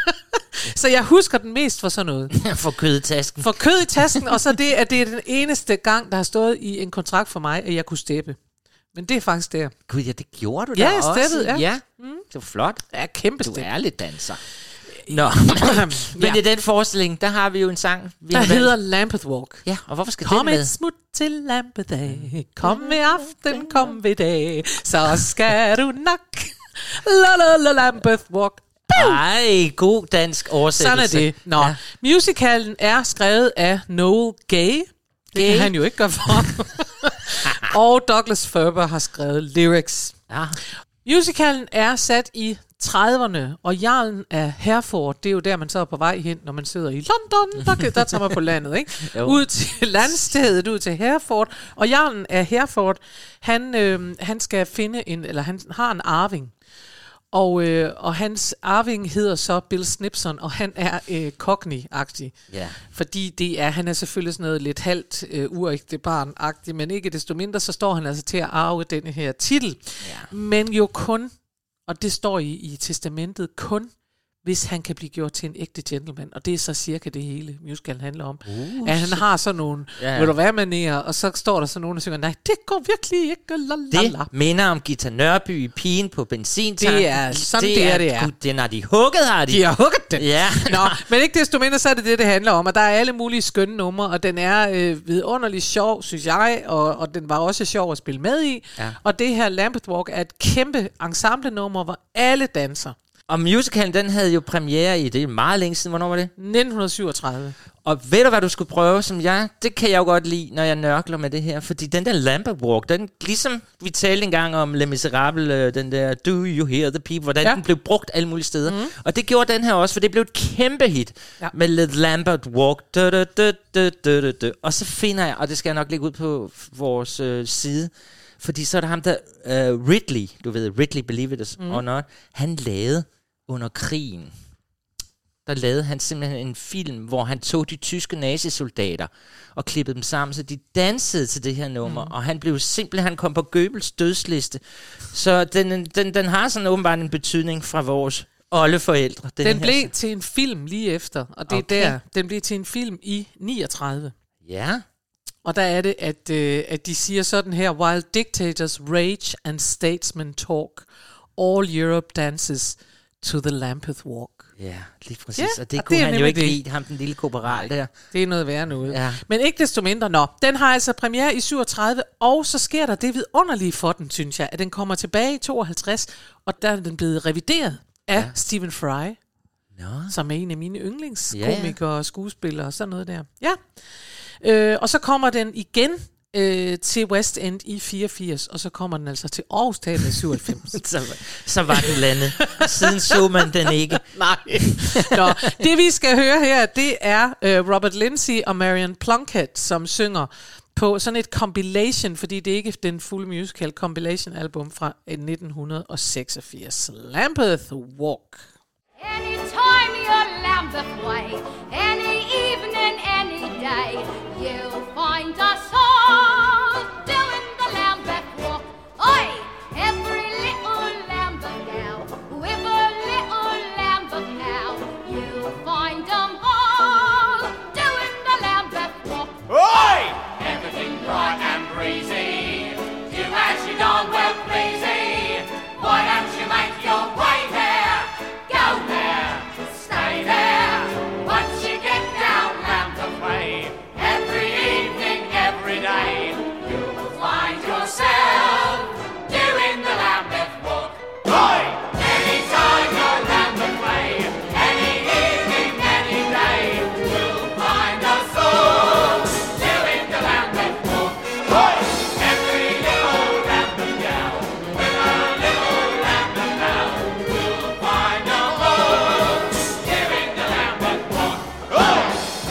Så jeg husker den mest for sådan noget. For kød i tasken. For kød i tasken, og så det, at det er den eneste gang, der har stået i en kontrakt for mig, at jeg kunne steppe. Men det er faktisk der. Gud, ja, det gjorde du ja, da jeg også. steppede, ja. Ja, mm. Det var flot. Ja, kæmpe Du step. er lidt danser. Nå, men ja. i den forestilling, der har vi jo en sang. Vi der har hedder valgt. Lambeth Walk. Ja, og hvorfor skal Kom den med? et smut til Lambeth af. Kom ved aften, kom ved dag. Så skal du nok. La la la Lambeth Walk. Ej, god dansk oversættelse. Sådan er det. Nå, ja. Musicalen er skrevet af Noel Gay. Det Gay. Kan han jo ikke gøre for. Og Douglas Ferber har skrevet lyrics. Ja. Musicalen er sat i trediverne, og jarlen af Hereford, det er jo der, man så er på vej hen, når man sidder i London, der, der tager man på landet, ikke? Ud til landstedet, ud til Hereford, og jarlen af Hereford, han, øh, han skal finde en, eller han har en arving, og, øh, og hans arving hedder så Bill Snipson, og han er øh, Cockney-agtig. Yeah. Fordi det er, han er selvfølgelig sådan noget lidt halvt øh, uægte barn-agtig, men ikke desto mindre, så står han altså til at arve denne her titel. Yeah. Men jo kun, og det står i, i testamentet, kun hvis han kan blive gjort til en ægte gentleman. Og det er så cirka det hele musicalen handler om. Uh, at han har sådan nogle, ja, ja. Vil du være manerer, og så står der sådan nogen, der synger, nej, det går virkelig ikke, lalala. Det minder om Gita Nørby i Pigen på benzintanken. Det er sådan, det, det er, det er. Den har de hugget, har de. De har hugget den. Ja. Nå, men ikke desto mindre, så er det det, det handler om. Og der er alle mulige skønne numre, og den er øh, vidunderligt sjov, synes jeg, og, og den var også sjov at spille med i. Ja. Og det her Lambeth Walk er et kæmpe ensemble-nummer, hvor alle danser. Og musicalen, den havde jo premiere i, det er meget længe siden, hvornår var det? nitten syvogtredive. Og ved du, hvad du skulle prøve, som jeg, det kan jeg jo godt lide, når jeg nørkler med det her, fordi den der Lambeth Walk, den, ligesom vi talte engang om Les Miserables, den der Do You Hear the People, hvordan ja. den blev brugt alle mulige steder. Mm. Og det gjorde den her også, for det blev et kæmpe hit ja. med Lambeth Walk. Du, du, du, du, du, du. Og så finder jeg, og det skal jeg nok lægge ud på vores øh, side, fordi så er der ham der, uh, Ridley, du ved, Ridley Believe It mm. or Not, han lavede under krigen, der lavede han simpelthen en film, hvor han tog de tyske nazisoldater og klippede dem sammen, så de dansede til det her nummer, mm. og han blev simpelthen, han kom på Goebbels dødsliste. Så den, den, den har sådan åbenbart en betydning fra vores oldeforældre. Den, den blev til en film lige efter, og det okay. er der, den blev til en film i niogtredive. Ja. Og der er det, at, øh, at de siger sådan her, while dictators rage and statesmen talk, all Europe dances to the Lambeth Walk. Ja, lige præcis. Ja, og det og kunne det han jo ikke det. lide, ham den lille korporal der. Det er noget værre noget. Ja. Men ikke desto mindre, nå. Den har altså premiere i syvogtredive, og så sker der det vidunderlige for den, synes jeg, at den kommer tilbage i tooghalvtreds, og der er den blevet revideret af ja. Stephen Fry, no. som er en af mine yndlingskomikere og skuespillere og sådan noget der. Ja. Øh, og så kommer den igen Øh, til West End i fireogfirs, og så kommer den altså til Aarhus Teater i syvoghalvfems. så, så var den landet. Siden så man den ikke. Nej. Nå, det vi skal høre her, det er øh, Robert Lindsay og Marion Plunkett, som synger på sådan et compilation, fordi det er ikke den fulde musical compilation album fra nitten seksogfirs. Lambeth Walk. Anytime you're Lambeth Way, any evening, any day, you'll find us all doing the Lambeth Walk. Oi! Every little Lambeth gal, with a little Lambeth cow, you'll find them all doing the Lambeth Walk. Oi! Everything bright and breezy, do as you darn well pleasy. Why don't you make your way there? Go there, stay there. Once you get down Lambeth Way, every evening, every day, you'll find yourself doing the Lambeth Walk. Oi! Anytime you're Lambeth Way, any evening, any day, you'll find us all doing the Lambeth Walk. Oi! Every little Lambeth gal with a little Lambeth cow, you'll find them all doing the Lambeth Walk. Oi!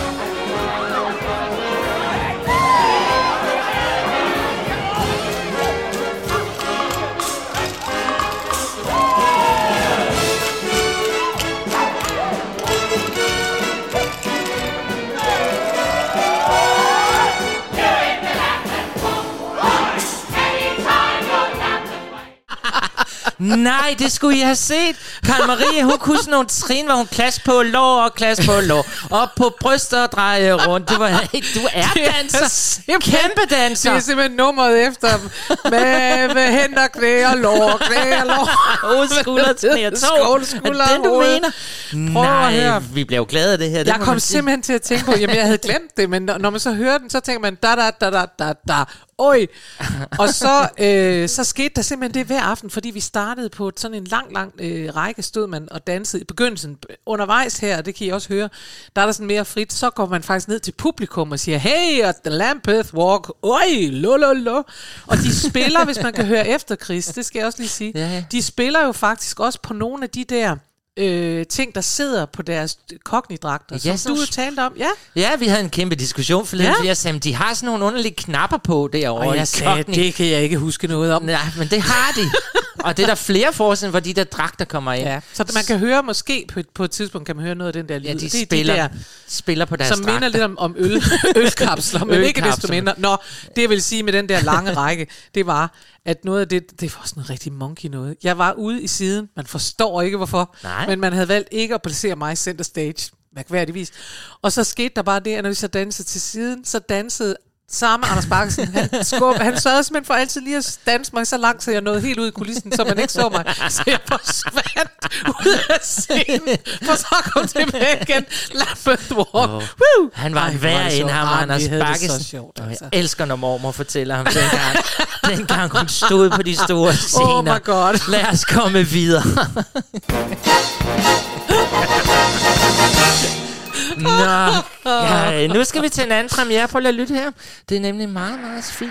Doing the Lambeth Walk. Oi! Anytime you're Lambeth Way. Nej, det skulle I have set. Karen Marie, hun kunne sådan nogle trin, hvor hun klask på lår og klask på lår. Op på bryster og dreje rundt. Det var, hey, du er danser. Kæmpe danser. Det er simpelthen nummeret efter med, med hænder, knæ og lår, knæ og lår. Hoved, skulder, knæ og tå. Skål, skulder, Er det den, du hoved. mener? Prøv at Nej, høre. vi bliver jo glade af det her. Det Jeg må kom man sige. simpelthen til at tænke på, jamen jeg havde glemt det, men når, når man så hører den, så tænker man, da da da da da da, oj. Og så, øh, så skete der simpelthen det hver aften, fordi vi startede på sådan en lang, lang øh, række, stod man og dansede i begyndelsen. Undervejs her, og det kan I også høre, der er der sådan mere frit, så går man faktisk ned til publikum og siger, hey, og The Lambeth Walk, oj, lo, lo, lo. Og de spiller, hvis man kan høre efter, Chris, det skal jeg også lige sige, Ja, ja. de spiller jo faktisk også på nogle af de der øh, ting, der sidder på deres cockney-dragter, Ja, som sådan du jo nogle- talte om. Ja, Ja, vi havde en kæmpe diskussion forleden, Ja. fordi jeg sagde, de har sådan nogle underlige knapper på derovre og i jeg sagde, Cockney. det kan jeg ikke huske noget om. Nej, men det har de. Og det er der flere forestillinger, hvor de der dragter kommer ind. Ja, så man kan høre måske på, på et tidspunkt, kan man høre noget af den der lyd. Ja, de Det er spiller, de der, spiller på deres som minder dragter. lidt om, om øl, ølkapsler, men ikke Ølkapsler. desto mindre. Nå, det jeg vil sige med den der lange række, det var, at noget af det, det var sådan noget rigtig monkey noget. Jeg var ude i siden, man forstår ikke hvorfor, Nej. men man havde valgt ikke at placere mig i center stage, mærkværdigvis. Og så skete der bare det, at når vi så dansede til siden, så dansede samme Anders Bakkesen, han, skub, han sørgede simpelthen for altid lige at danse mig så langt, så jeg nåede helt ud i kulissen, så man ikke så mig. Så jeg forsvandt ud af scenen, for så kom tilbage igen. Lambeth Walk. Åh, Woo! Han var Ej, en hvor er værre det end sjovt. ham, Ej, Anders vi havde det Bakkesen. så sjovt, Og altså. jeg elsker, når mormor fortæller ham dengang, dengang hun stod på de store scener. Oh my God. Lad os komme videre. Nå, ja, nu skal vi til en anden premiere. Prøv lige at lytte her. Det er nemlig meget, meget fint.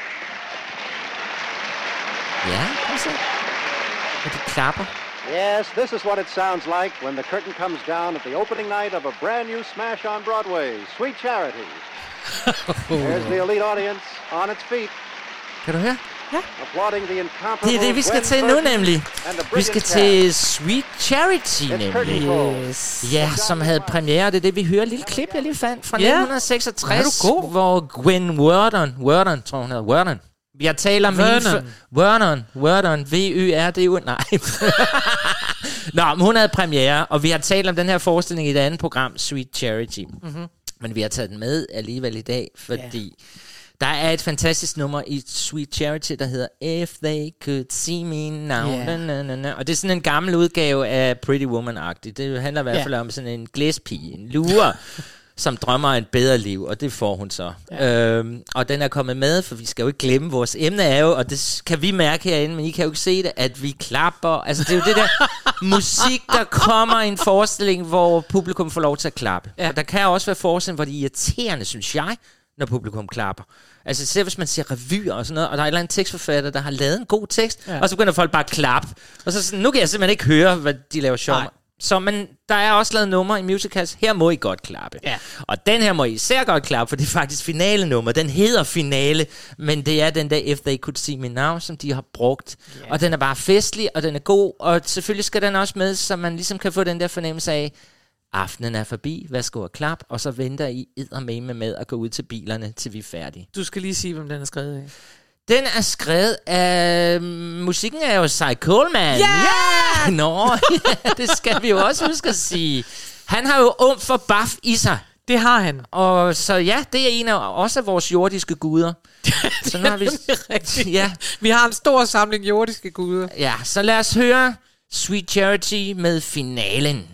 Ja, prøv at se. Og de klapper. Yes, this is what it sounds like when the curtain comes down at the opening night of a brand new smash on Broadway, Sweet Charity. There's the elite audience on its feet, Kan du høre? applauding the incomparable Det er det, vi skal Gwen til nu Burton nemlig. and the Vi skal brilliant til Sweet Charity It's nemlig. curtain call. Yes. Ja, som havde premiere. Det er det, vi hører. Et lille klip, jeg lige fandt fra Ja. nitten seksogtres, Er du god? hvor Gwen Verdon, Verdon, tror hun hedder, Verdon. Jeg taler om Vernon. hende for- Verdon, Verdon, V Ø R D U, nej. Nå, men hun havde premiere, og vi har talt om den her forestilling i et andet program, Sweet Charity. Mm-hmm. Men vi har taget den med alligevel i dag, fordi der er et fantastisk nummer i Sweet Charity, der hedder If They Could See Me Now. Ja. Na, na, na, na. Og det er sådan en gammel udgave af Pretty Woman-agtigt. Det handler i hvert fald Ja. om sådan en glæspige, en lurer, som drømmer om et bedre liv, og det får hun så. Ja. Øhm, og den er kommet med, for vi skal jo ikke glemme, vores emne er jo, og det kan vi mærke herinde, men I kan jo ikke se det, at vi klapper. Altså det er jo det der musik, der kommer i en forestilling, hvor publikum får lov til at klappe. Ja. Og der kan også være forestilling, hvor det er irriterende, synes jeg, når publikum klapper. Altså selv hvis man ser revyer og sådan noget, og der er en eller anden tekstforfatter, der har lavet en god tekst, Ja. og så begynder folk bare at klappe. Og så sådan, nu kan jeg simpelthen ikke høre, hvad de laver sjov. Nej. Så men, der er også lavet numre i musicals. Her må I godt klappe. Ja. Og den her må I især godt klappe, for det er faktisk finalenummer. Den hedder Finale, men det er den der If They Could See Me Now, som de har brugt. Yeah. Og den er bare festlig, og den er god. Og selvfølgelig skal den også med, så man ligesom kan få den der fornemmelse af, aftenen er forbi, værsgo og klap, og så venter I eddermame med at gå ud til bilerne, til vi er færdige. Du skal lige sige, hvem den er skrevet af. Den er skrevet af... Musikken er jo Cy Coleman. Ja! Yeah! Nå, ja, det skal vi jo også huske at sige. Han har jo um for baf i sig. Det har han. Og så ja, det er en af også af vores jordiske guder. Så nu har vi... rigtigt. Ja. Vi har en stor samling jordiske guder. Ja, så lad os høre Sweet Charity med Finalen.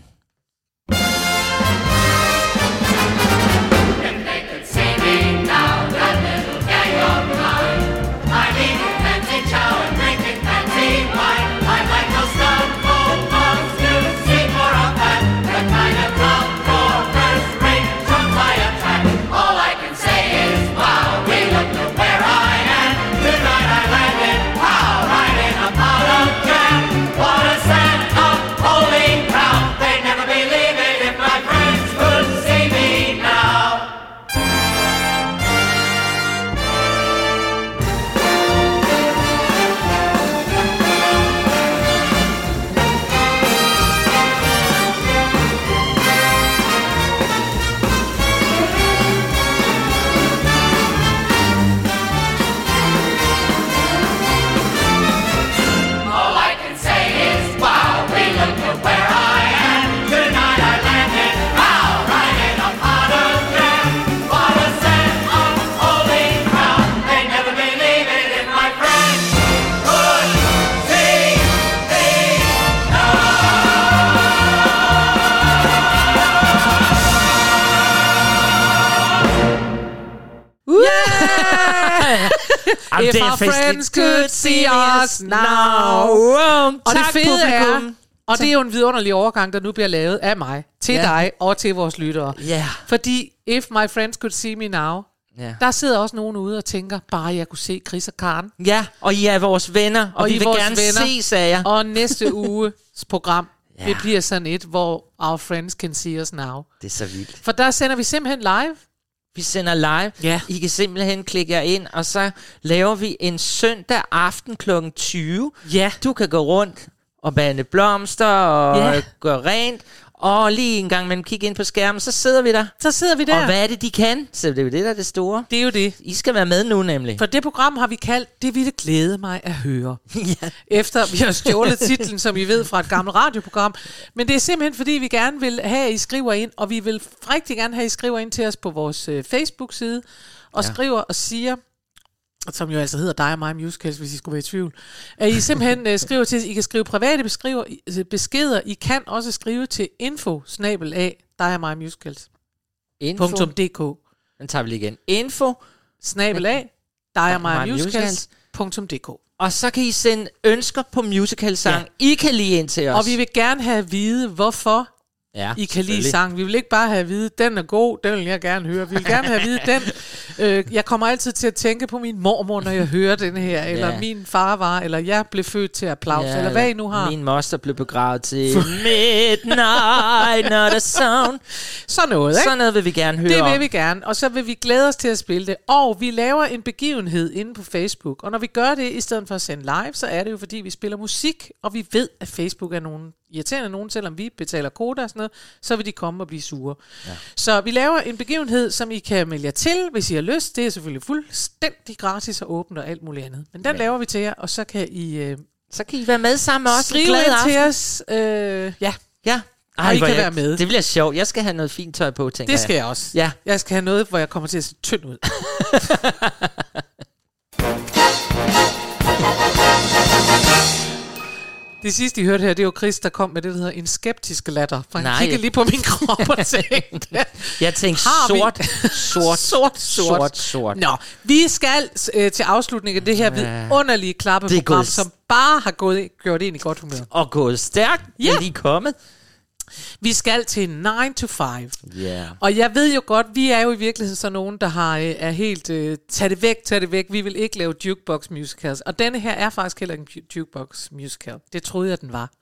If our friends could see us now. Wow, og det tak, fede publikum. er, og det er jo en vidunderlig overgang, der nu bliver lavet af mig, til Ja. dig og til vores lyttere. Ja. Fordi If My Friends Could See Me Now, Ja. der sidder også nogen ude og tænker, bare jeg kunne se Chris og Karen. Ja, og I er vores venner, og, og vi I vil vores gerne venner. ses af jer. Og næste uges program, Ja. det bliver sådan et, hvor Our Friends Can See Us Now. Det er så vildt. For der sender vi simpelthen live. Vi sender live. Ja. I kan simpelthen klikke jer ind, og så laver vi en søndag aften klokken tyve. Ja. Du kan gå rundt og bande blomster og Ja. gøre rent. Og lige en gang mellem kigge ind på skærmen, så sidder vi der. Så sidder vi der. Og hvad er det, de kan? Så det er jo det, der er det store. Det er jo det. I skal være med nu, nemlig. For det program har vi kaldt, det ville glæde mig at høre. Ja. Efter vi har stjålet titlen, som I ved, fra et gammelt radioprogram. Men det er simpelthen, fordi vi gerne vil have, at I skriver ind, og vi vil rigtig gerne have, at I skriver ind til os på vores øh, Facebook-side, og Ja. skriver og siger, som jo altså hedder Dig og mig Musicals, hvis I skulle være i tvivl, at I simpelthen øh, skriver til os. I kan skrive private beskriver, beskeder. I kan også skrive til info snabel af Dig og mig Musicals. Info. Punktum dk. Den tager vi lige igen. Info. Snabel af Dig og mig mig Musicals. Musicals. Punktum dk. Og så kan I sende ønsker på musicalsang. Ja. I kan lige ind til os. Og vi vil gerne have at vide, hvorfor ja, I kan lide selvfølgelig. sang. Vi vil ikke bare have at vide, den er god, den vil jeg gerne høre. Vi vil gerne have at vide, den... Øh, jeg kommer altid til at tænke på min mormor, når jeg hører den her. Eller Ja. min far var, eller jeg blev født til applaus. Ja, eller hvad I nu har. Min moster blev begravet til Midnight, not a sound. Sådan noget, ikke? Sådan noget vil vi gerne høre Det om. vil vi gerne, og så vil vi glæde os til at spille det. Og vi laver en begivenhed inde på Facebook. Og når vi gør det, i stedet for at sende live, så er det jo fordi, vi spiller musik. Og vi ved, at Facebook er nogen irriterende nogen, selvom vi betaler koder og sådan noget, så vil de komme og blive sure. Ja. Så vi laver en begivenhed, som I kan melde jer til, hvis I har lyst. Det er selvfølgelig fuldstændig gratis og åbent og alt muligt andet. Men den ja. laver vi til jer, og så kan I... Øh, så kan I være med sammen med os. Skrive ind til os. Øh, ja. Ja. Ej, og I kan jeg, være med. Det bliver sjovt. Jeg skal have noget fint tøj på, tænker jeg. Det skal jeg også. Ja. Jeg skal have noget, hvor jeg kommer til at se tynd ud. Det sidste, I hørte her, det er jo Chris, der kom med det, der hedder en skeptisk latter. For han Nej. kiggede lige på min krop og tænkte... Jeg tænkte sort, sort, sort, sort, sort, sort. Nå, vi skal øh, til afslutning af det her vidunderlige klappeprogram, som bare har gået, gjort en i godt humør. Og gået stærkt, ja. er lige kommet. Vi skal til nine to five. Yeah. Og jeg ved jo godt, vi er jo i virkeligheden sådan nogen, der har, øh, er helt, øh, tag det væk, tag det væk. Vi vil ikke lave jukebox musicals. Og denne her er faktisk heller en jukebox musical. Det troede jeg, den var.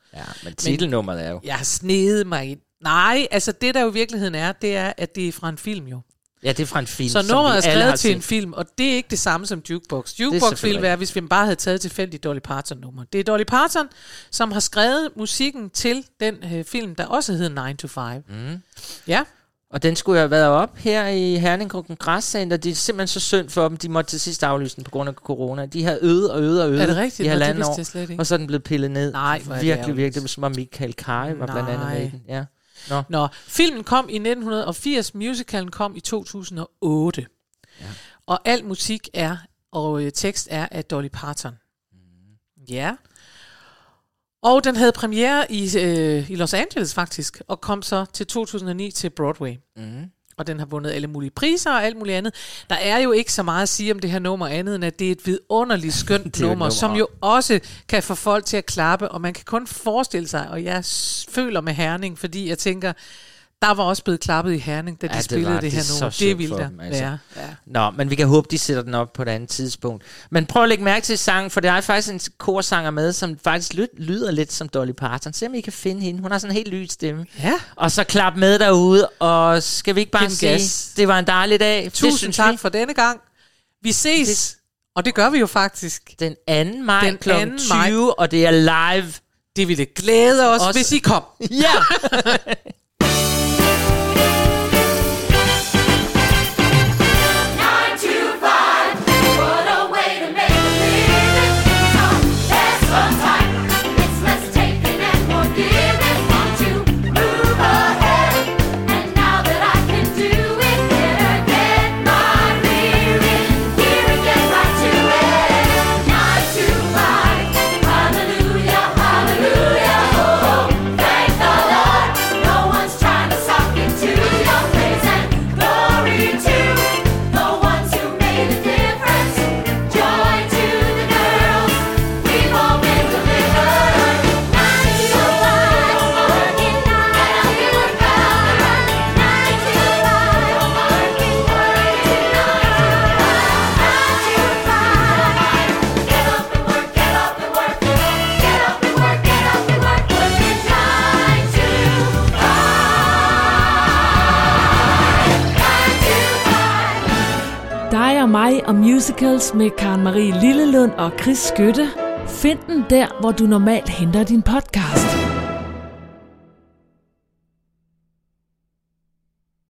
Ja, men titelnummeret er jo... Jeg har snedet mig ind. Nej, altså det der jo i virkeligheden er, det er, at det er fra en film jo. Ja, det er fra en film, så nummeret er skrevet til en film, og det er ikke det samme som Jukebox. Jukebox ville være, hvis vi bare havde taget tilfældigt Dolly Parton-nummer. Det er Dolly Parton, som har skrevet musikken til den øh, film, der også hedder nine to five. Mm. Ja. Og den skulle jo have været op her i Herning Kongresscenter. Det er simpelthen så synd for dem. De måtte til sidst aflyse den på grund af corona. De har øget og øget og øget. Er det rigtigt? I halvanden Nå, år. Og så er den blevet pillet ned. Nej, hvor er virkelig, det virkelig. Det var Michael Kari var blandt andet med den. Ja. Nå. Nå, filmen kom i nitten firs, musicalen kom i to tusind og otte. Ja. Og al musik er, og øh, tekst er af Dolly Parton. Mm. Ja. Og den havde premiere i, øh, i Los Angeles faktisk, og kom så til to tusind og ni til Broadway. Mm. Og den har vundet alle mulige priser og alt muligt andet. Der er jo ikke så meget at sige om det her nummer andet, end at det er et vidunderligt skønt nummer, nummer, som jo også kan få folk til at klappe, og man kan kun forestille sig, og jeg føler med Herning, fordi jeg tænker, der var også blevet klappet i Herning, da de ja, det spillede var, det her nummer. Det ville der altså. være. Ja. Nå, men vi kan håbe, de sætter den op på et andet tidspunkt. Men prøv at lægge mærke til sangen, for der er faktisk en korsanger med, som faktisk lyder lidt som Dolly Parton. Se om I kan finde hende. Hun har sådan en helt lys stemme. Ja. Og så klap med derude, og skal vi ikke bare sige, gas. Det var en dejlig dag. Tusind tak vi. for denne gang. Vi ses, det, og det gør vi jo faktisk. Den anden maj klokken tyve, og det er live. Det ville glæde os, også, hvis I kom. Ja! Mig og musicals med Karen Marie Lillelund og Chris Skytte. Find den der, hvor du normalt henter din podcast.